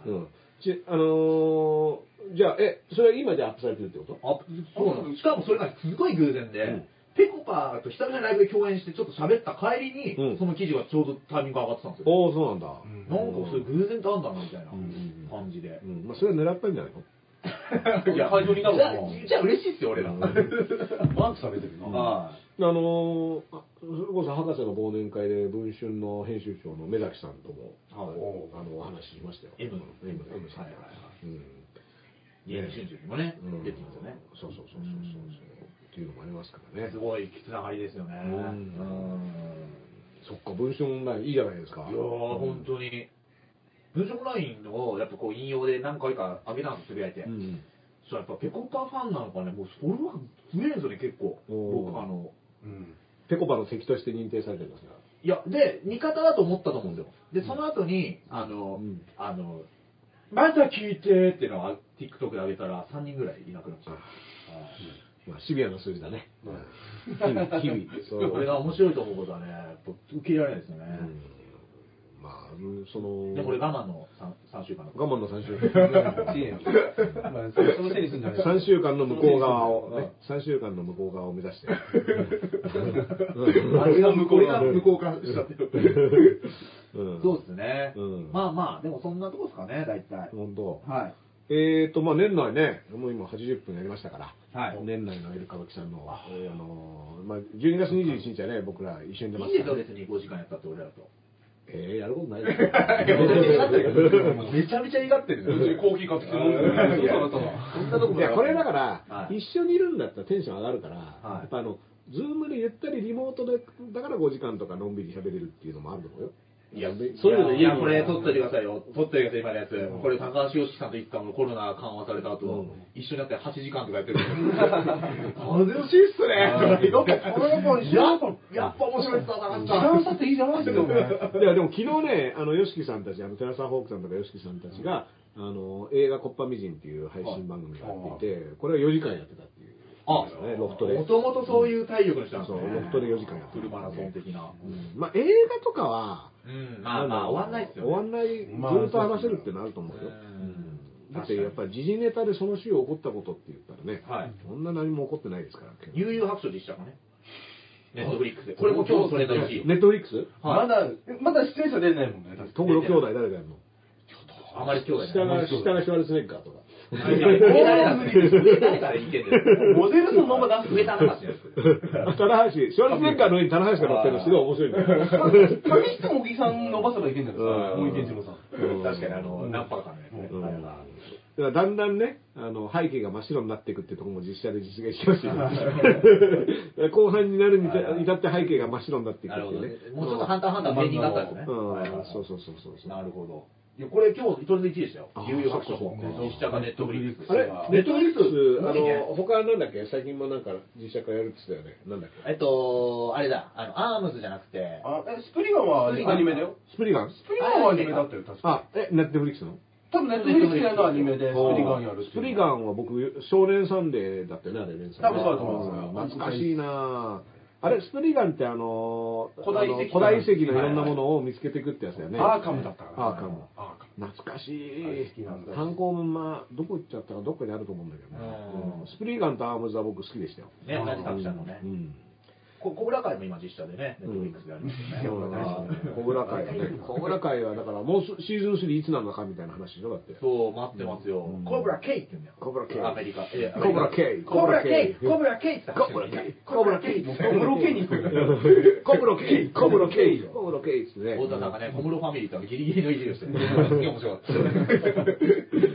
じゃあ、それは今じゃアップされてるってこと？ そうなの。しかもそれがすごい偶然で、ぺこぱと久々にライブで共演してちょっと喋った帰りに、その記事がちょうどタイミング上がってたんですよ。 おお、そうなんだ。 なんかそれ偶然とあんだなみたいな感じで。 まあそれは狙ったんじゃないの？ いや、会場になるのかな。 じゃあ嬉しいっすよ、俺ら。 マークされてるな。 それこそ博士の忘年会で文春の編集長の目崎さんともお話ししましたよ。 M さん。家の春秋にもね、出てますよね。 そう。っていうのもありますからね。 すごいつながりですよね。 そっか、文春オンラインいいじゃないですか。 いやー、本当に。 文章ラインをやっぱこう引用で何回か上げたんです、つぶやいて。そしたらやっぱペコパファンなのかね、もうフォロワーが増えるんですよね、結構。僕ペコパの敵として認定されてるんですが。 いや、で、味方だと思ったと思うんですよ。で、その後に、また聞いてっていうのを TikTok で上げたら3人ぐらいいなくなっちゃう。 まあ、シビアな数字だね。日々。 これが面白いと思うことはね、受け入れられないですよね。 まあ、その。 で、これ我慢の3週間我慢の3週間。 そのせいにするんじゃない 3週間の向こう側を、ね、3週間の向こう側を目指して。 あれが向こうからしちゃってる。そうですね。まあまあ、でもそんなとこですかね、大体。 本当。 はい。 まあ年内ね、もう今80分やりましたから、 はい、 年内のエル歌舞伎さんの、まあ、12月21日はね、僕ら一緒に出ますから、ね。いいですよ、別に5時間やったって俺らと。 やることないですよ。 めちゃめちゃ言いがってる。 コーヒー買ってきて飲んでる。 いや、これだから、一緒にいるんだったらテンション上がるから、やっぱズームでゆったりリモートで、だから5時間とかのんびり喋れるっていうのもあると思うよ。 いや、そういうの、いや、これ撮っといてくださいよ。撮っといてください、今のやつ。これ、高橋良樹さんと一家のコロナ緩和された後、一緒になって8時間とかやってる。楽しいっすね。やっぱ面白いっすな、高橋さん。時間差っていいじゃないですか。 いや、でも昨日ね、ヨシキさんたち、テラサホークさんとかヨシキさんたちが、映画コッパミジンっていう配信番組があっていて、これは4時間やってたっていう。ロフトで。 もともとそういう体力の人なんですね。ロフトで4時間やってる。フルマラソン的な。 まあ映画とかは、 まあ終わんないっすよ。 終わんない、ずっと話せるってなると思うよ。だってやっぱり時事ネタでその週起こったことって言ったらね、そんな何も起こってないですから。 悠々白書でしたかね。ネットフリックスで。これも今日それの1位。 ネットフリックスまだ出演者出ないもんね。 トムロ兄弟誰がやるの？ あまり兄弟。 下がシュワルツェネッガーとか。 モデルのまま出す上棚橋です。 棚橋、シュワルツェネッガーの上に棚橋が乗ってるのすごい面白いんだよ。 紙質も小木さん伸ばせばいけんじゃないですか。小木健次郎さん。 確かにナンパかね。 だからだんだんね、背景が真っ白になっていくってところも実写で実現しましたよ。後半になるに至って背景が真っ白になっていくっていうね。 もうちょっとハンターハンターメインになったんですね。 そう。 なるほど。いや、これ今日、それで1位でしたよ。悠々白書。実写化ネットフリックス。 あれネットフリックス、他なんだっけ最近もなんか実写化やるって言ってたよね。なんだっけあれだ、アームズじゃなくて。 スプリガンはアニメだよ。 スプリガンはアニメだったよ、確か。 ネットフリックスの多分ネットフリックスのアニメでスプリガンやる。 スプリガンは僕、少年サンデーだったよね、あれ連載。 多分そうだと思います。 懐かしいなあれ、スプリガンって古代遺跡のいろんなものを見つけていくってやつだよね。 アーカムだったから。 アーカム。懐かしい。単行本、どこ行っちゃったかどっかにあると思うんだけどね。スプリガンとアームズは僕好きでしたよ。 ね、同じ作者のね。コブラ会も今実写でね、ネットフリックスでありますよね。 コブラ会はね。コブラ会はだからもうシーズン3いつなのかみたいな話でしょだって。 そう、待ってますよ。コブラケイって言うんだよ。 コブラケイ。 アメリカ。 コブラケイ。 コブラケイ。コブラケイってコブラケイ。コブラケイ。 コブロケイに行く。 コブロケイ。コブロケイ。コブロケイってね。 大田さんがね、小室ファミリーってギリギリのいじりをしてる。面白かった。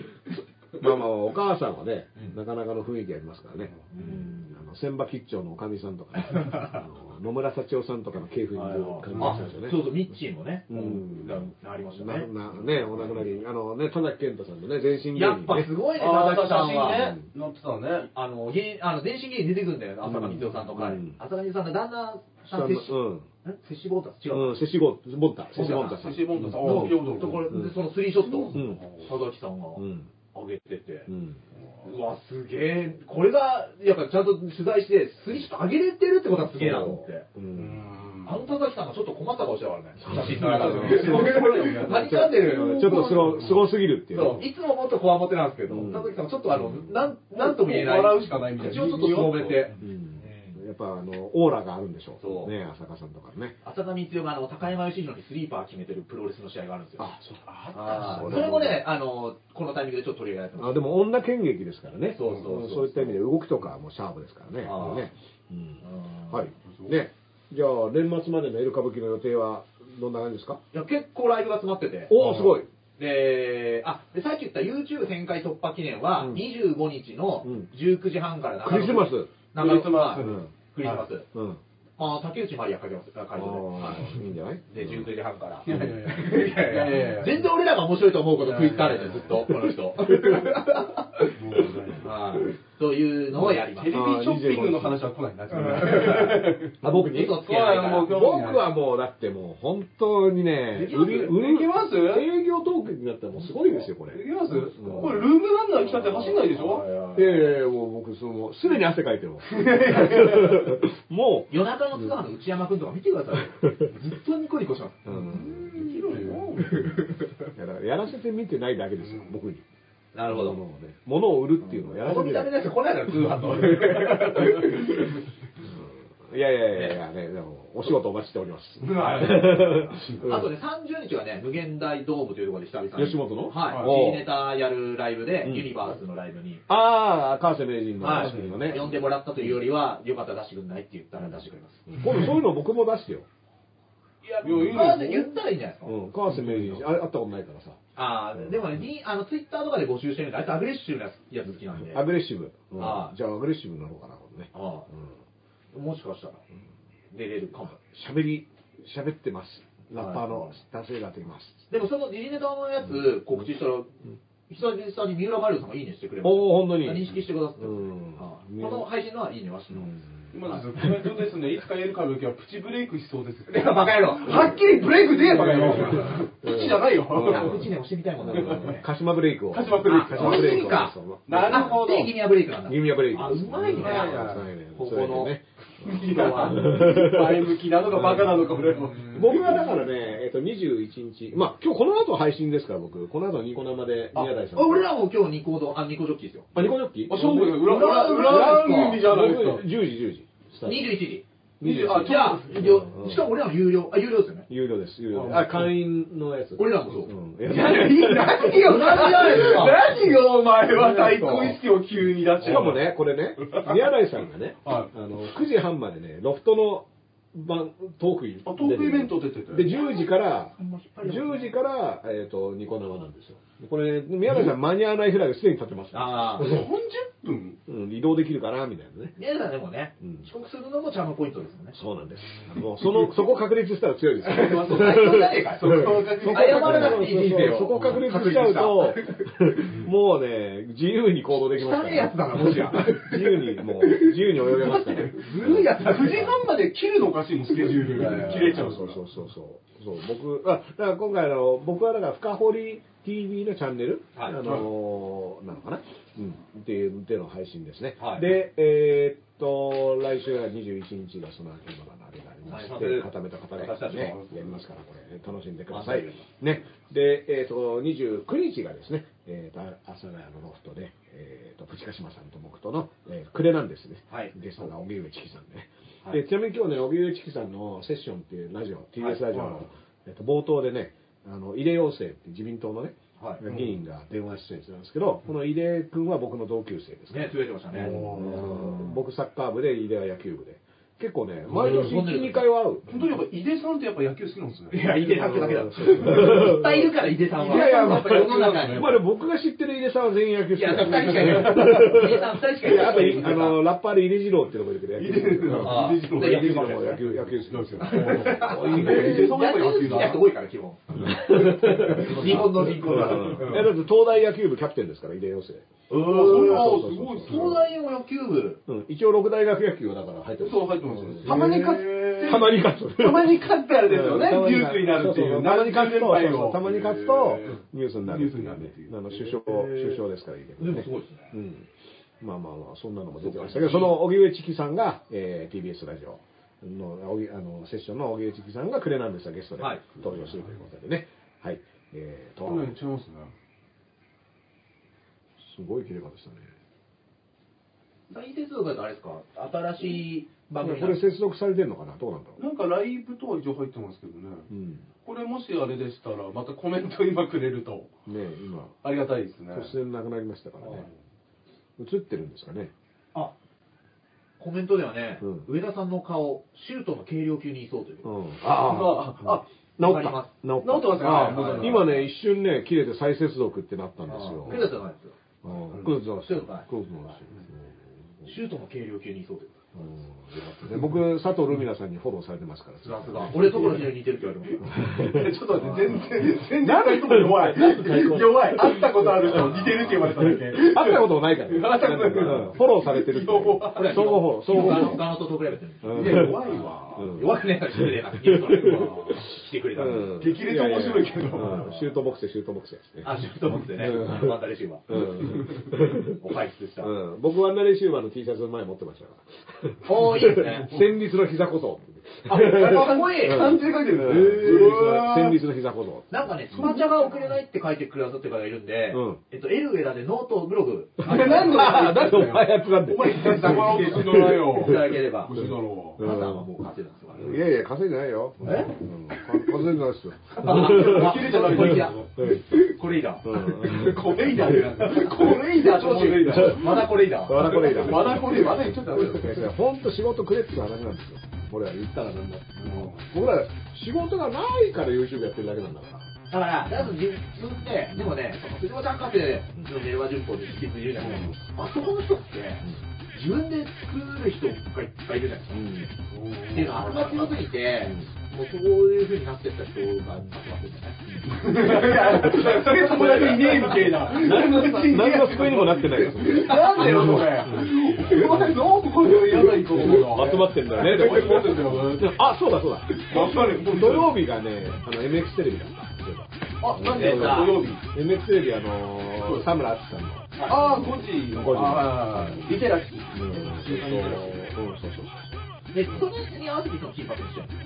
まあお母さんはね、なかなかの雰囲気ありますからね。千葉吉兆のおかみさんとか、野村幸男さんとかの系譜に感じましたよね。 そうそう、ミッチーもね、ありましたね。 ね、お亡くなり、田崎健太さんのね、全身芸人。 やっぱすごいね、田崎さんは。 載ってたね。 全身芸人出てくるんだよ、浅香光代さんとか。浅香光代さんの旦那さん、セシボンタス違う。 セシボンタ。 セシボンタさん。 そのスリーショット、田崎さんが上げてて。うわ、すげえ。これが、やっぱちゃんと取材して、スリーショット上げれてるってことはすげえなと思って。田崎さんがちょっと困った顔してたからね。写真の中で。はにかんでる。 ちょっとすごすぎるっていう。 いつももっとこわもてなんですけど、田崎さんがちょっとなんとも言えない。 笑うしかないみたいな。 口をちょっとすぼめて。 やっぱオーラがあるんでしょう。ね、浅香さんとかね。 浅香光代が高山義弘にスリーパー決めてるプロレスの試合があるんですよ。 そう。 それもね、このタイミングでちょっと取り上げられてます。 でも女剣劇ですからね。 そういった意味で動きとかもシャープですからね。はい。ね。じゃあ年末までのエル歌舞伎の予定はどんな感じですか？ いや、結構ライブが詰まってて。 おお、すごい。 で、さっき言った YouTube 1000回突破記念は25日の19時半からクリスマス。 クリスマス。 竹内まりや書いてます。書いていいんじゃないで、19時半から。 いや全然俺らが面白いと思うこと食いつかれてずっと、この人。というのをやります。 テレビショッピングの話は来ないな、 僕に嘘つけないから。 僕はもう、だってもう、本当にね、 できます営業トークになったらもうすごいですよ、これ。 できます？これ、ルームランナー来たって走んないでしょ？ いや、もう僕、すでに汗かいてるもん。もう。 夜中の津川の内山くんとか見てくださいよ。ずっとニコニコします。 できるよ。 やらせてみてないだけですよ、僕に。 なるほど。 物を売るっていうのをやらせてみてない。 この見た目のやつ来ないから、通販の。 いや、ね、でも、お仕事お待ちしております。 あとね、30日はね、無限大ドームというところで久々に。 吉本のはい。G ネタやるライブで、ユニバースのライブに。 川瀬名人のライブのね。呼んでもらったというよりは、よかったら出してくんないって言ったら出してくれます。 今度そういうの僕も出してよ。 いや、言ったらいいんじゃないですか。 川瀬名人、会ったことないからさ。 でもね、ツイッターとかで募集してるんで、あいつアグレッシブなやつ好きなんで。 アグレッシブ。じゃあアグレッシブになろうかな、これね。 もしかしたら、出れるかも。 喋ってます。ラッパーの男性が出ます。 でもその時事ネタのやつ告知したら、久々に三浦マリオさんがいいねしてくれました。 本当に。 認識してくださって。この配信のはいいねはしてます。 今ですコメントですね、いつかやる歌舞伎はプチブレイクしそうです。 バカ野郎。 はっきりブレイクでバカ野郎。プチじゃないよ。 プチね、押してみたいもんね。 鹿島ブレイクを。 鹿島ブレイク。 鹿島ブレイクか。 なるほど。 ギミアブレイクなんだ。 ギミアブレイク。 うまいね。ここのね。 前向きなのかバカなのか俺も。 僕はだからね、21日、今日この後配信ですから僕、この後ニコ生で宮台さん。 俺らも今日ニコジョッキーですよ。 ニコジョッキー？ 勝負裏組じゃないですか。 10時。 21時。 じゃあ、しかも俺らも有料ですよね。 有料です。会員のやつ。 俺らもそう。 何よ、お前は対抗意識を急に出して。 しかもね、これね、宮台さんがね、9時半までね、ロフトのトークイベント出てて。 で、10時から、ニコ生なんですよ。これ、宮台さん間に合わないぐらいですでに立ってます。 30分移動できるかなみたいなね。 宮台さんでもね、遅刻するのもチャームポイントですよね。 そうなんです。もうそこ確立したら強いですよ。 最強じゃねえか。謝らなくていい人生よ。 そこ確立しちゃうと、もうね、自由に行動できますから。 汚いやつだな、もしや。 自由に泳げますからね。 ずるいやつだ。 9時半まで切るのおかしいもん、スケジュールが。切れちゃう。 そう。だから今回僕はだから深掘り TV のチャンネル、なのかなっていうの配信ですね。で、来週は21日がその秋葉原のあれがありまして、固めた方がね、やりますから、これ、楽しんでください。ね。で、29日がですね、阿佐ヶ谷のロフトで、プチカシマさんと僕との、クレなんですね。ゲストが荻上チキさんでね。で、ちなみに今日ね、荻上チキさんのセッションっていうラジオ、TBS ラジオの冒頭でね、井出陽生って自民党のね、議員が電話出演してたんですけど、この井出君は僕の同級生ですね。つぶれてましたね。 僕サッカー部で井出は野球部で。結構ね、毎年1、2回は会う。 本当にやっぱ井出さんってやっぱ野球好きなんですね。 いや、井出だけだ。いっぱいいるから、井出さんは。 いや、やっぱり世の中に。まあ僕が知ってる井出さんは全員野球好き。 いや、2人しかいない。井出さん2人しかいない。 あと、ラッパーで井出二郎っていうのもいるけど、野球。井出二郎も野球好きですよ。 井出さんも野球好きな人多いから、基本。日本の人口だ。 だって東大野球部キャプテンですから、井出陽生。 すごい。東大の野球部。 一応六大学野球はだから入ってます。 そう、入ってます。たまに勝ってたまに勝ってあれですよね。ニュースになるっていう。 たまに勝つとニュースになるっていう。首相ですからいいけどね。 すごいですね。 まあそんなのも出てましたけど、その荻上チキさんが TBS ラジオのセッションの荻上チキさんがクレなんですがゲストで登場するということでね。はい。 違いますね。 すごい綺麗方でしたね。 再接続だとあれですか、新しい番組。 これ接続されてるのかな、どうなんだろう。 なんかライブとは一応入ってますけどね。これもしあれでしたら、またコメント今くれると。ね、 今。 ありがたいですね。 突然なくなりましたからね。映ってるんですかね。 コメントではね、上田さんの顔、シュートの軽量級にいそうという。 治ってますね。今ね、一瞬ね、切れて再接続ってなったんですよ。 クズじゃないですよ。 クズなんですよ。 シュートの軽量級にいそうで。 僕、佐藤ルミナさんにフォローされてますから。 さすが。俺ところに似てるって言われてます。 ちょっと待って、全然弱い。弱い。会ったことある人似てるって言われただけ。 会ったこともないから。フォローされてるって。相互フォロー。相互フォロー。 他の人と比べてる。 いや、弱いわ。 弱くねえから失礼な。来てくれた。 激烈面白いけど。 シュートボックス、シュートボックス。 あ、シュートボックスでね。ワンダレシューバー。お解説した。 僕ワンダレシューバーの T シャツ前持ってましたから。 おー、いいですね。 戦慄の膝小僧。 あ、かっこいい。 漢字で書いてるん戦慄の膝小僧。 なんかね、スパチャが送れないって書いてくださってる方がいるんで、エルウェラでノートブログ。 なんでお前やつなんで。 お前、黙ろうとするのよ。 いただければ。 嘘だろう。 まだもう稼いだんですよ。 いやいや、稼いでないよ。稼いでないですよ。 切れちゃった、これいいだ。これいいだ。 これいいだ。これいいだ、超いいだ。 まだこれいいだ。 まだこれいいだ。 まだこれ、まだ言っちゃダメだよ。 ほんと仕事くれって話なんですよ。俺ら言ったらなんだ。僕ら仕事がないから YouTube やってるだけなんだから。 だから、自分って、でもね、藤本博士のメルマ順法で引き継いでるじゃないですか。あそこの人って、自分で作る人がいっぱいいるじゃないですか。っていうのは、あんま強すぎて、もうそういう風になってった人が集まってるんじゃない？いや、 友達いねえみたいな。 何の救いにもなってないよ。 なんでよ、それ。お前、なんかこれ嫌な意向が。 集まってんだよね。あ、そうだそうだ。土曜日がね、MX テレビだった。 あ、なんで土曜日 MX テレビ、田村淳さんの。 ああ、5時。リテラシー。 そうそうそう。 で、それに合わせてその金髪にしちゃう。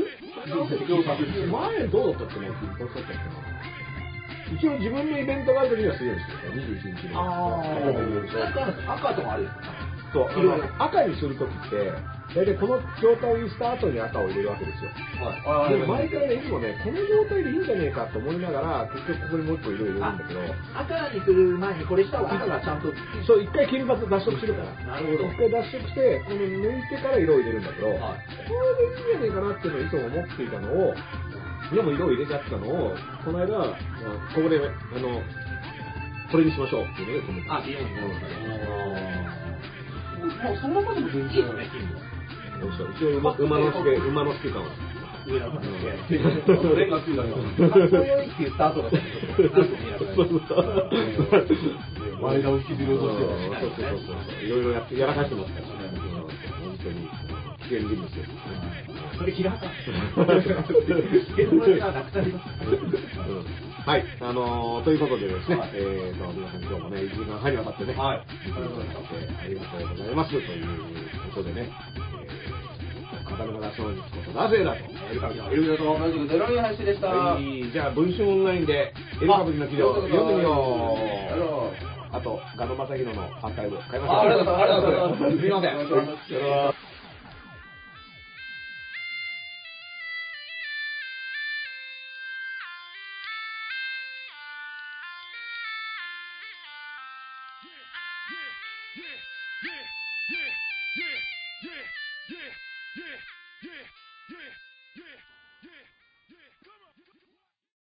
前どうだったっけな、金髪だったっけな。一応自分のイベントがある時にはするようにしてるから、21日の。 赤とかあるよ。 そう、赤にするときって、大体この状態にした後に赤を入れるわけですよ。でも毎回ね、いつもね、この状態でいいんじゃねえかと思いながら、結局ここにもう一個色入れるんだけど、 赤にする前にこれした方が赤がちゃんと、 そう、一回金髪脱色するから。 なるほど。 一回脱色して、この抜いてから色を入れるんだけど、これでいいんじゃねえかなっていうのをいつも思っていたのを、でも色を入れちゃったのを、この間、ここで、これにしましょうっていうので止めて。 あ、ビヨンになるんだね。 もうそのままでも全然いいですね、 一応馬の助感は。 上の方に。 レンガ食うだよ。 かっこよいって言った後だと、なんと見えなくなる。 前田を引きずり落として。 そう。いろいろやらかしてますからね。本当に危険人物です。 それ嫌った。危険物がなくなります。 はい、ということでですね、皆さん今日もね、1時間半にわたってね、ありがとうございますということでね、片目の出しの術ことなぜだと、 エルカブキのエルビダと同じくゼロ人配信でした。 はい、じゃあ文春オンラインでエルカブキの記事を読んでみよう。あと、ガノマサヒロのアーカイブ買いましょう。 ありがとうございます。すみません。 Yeah.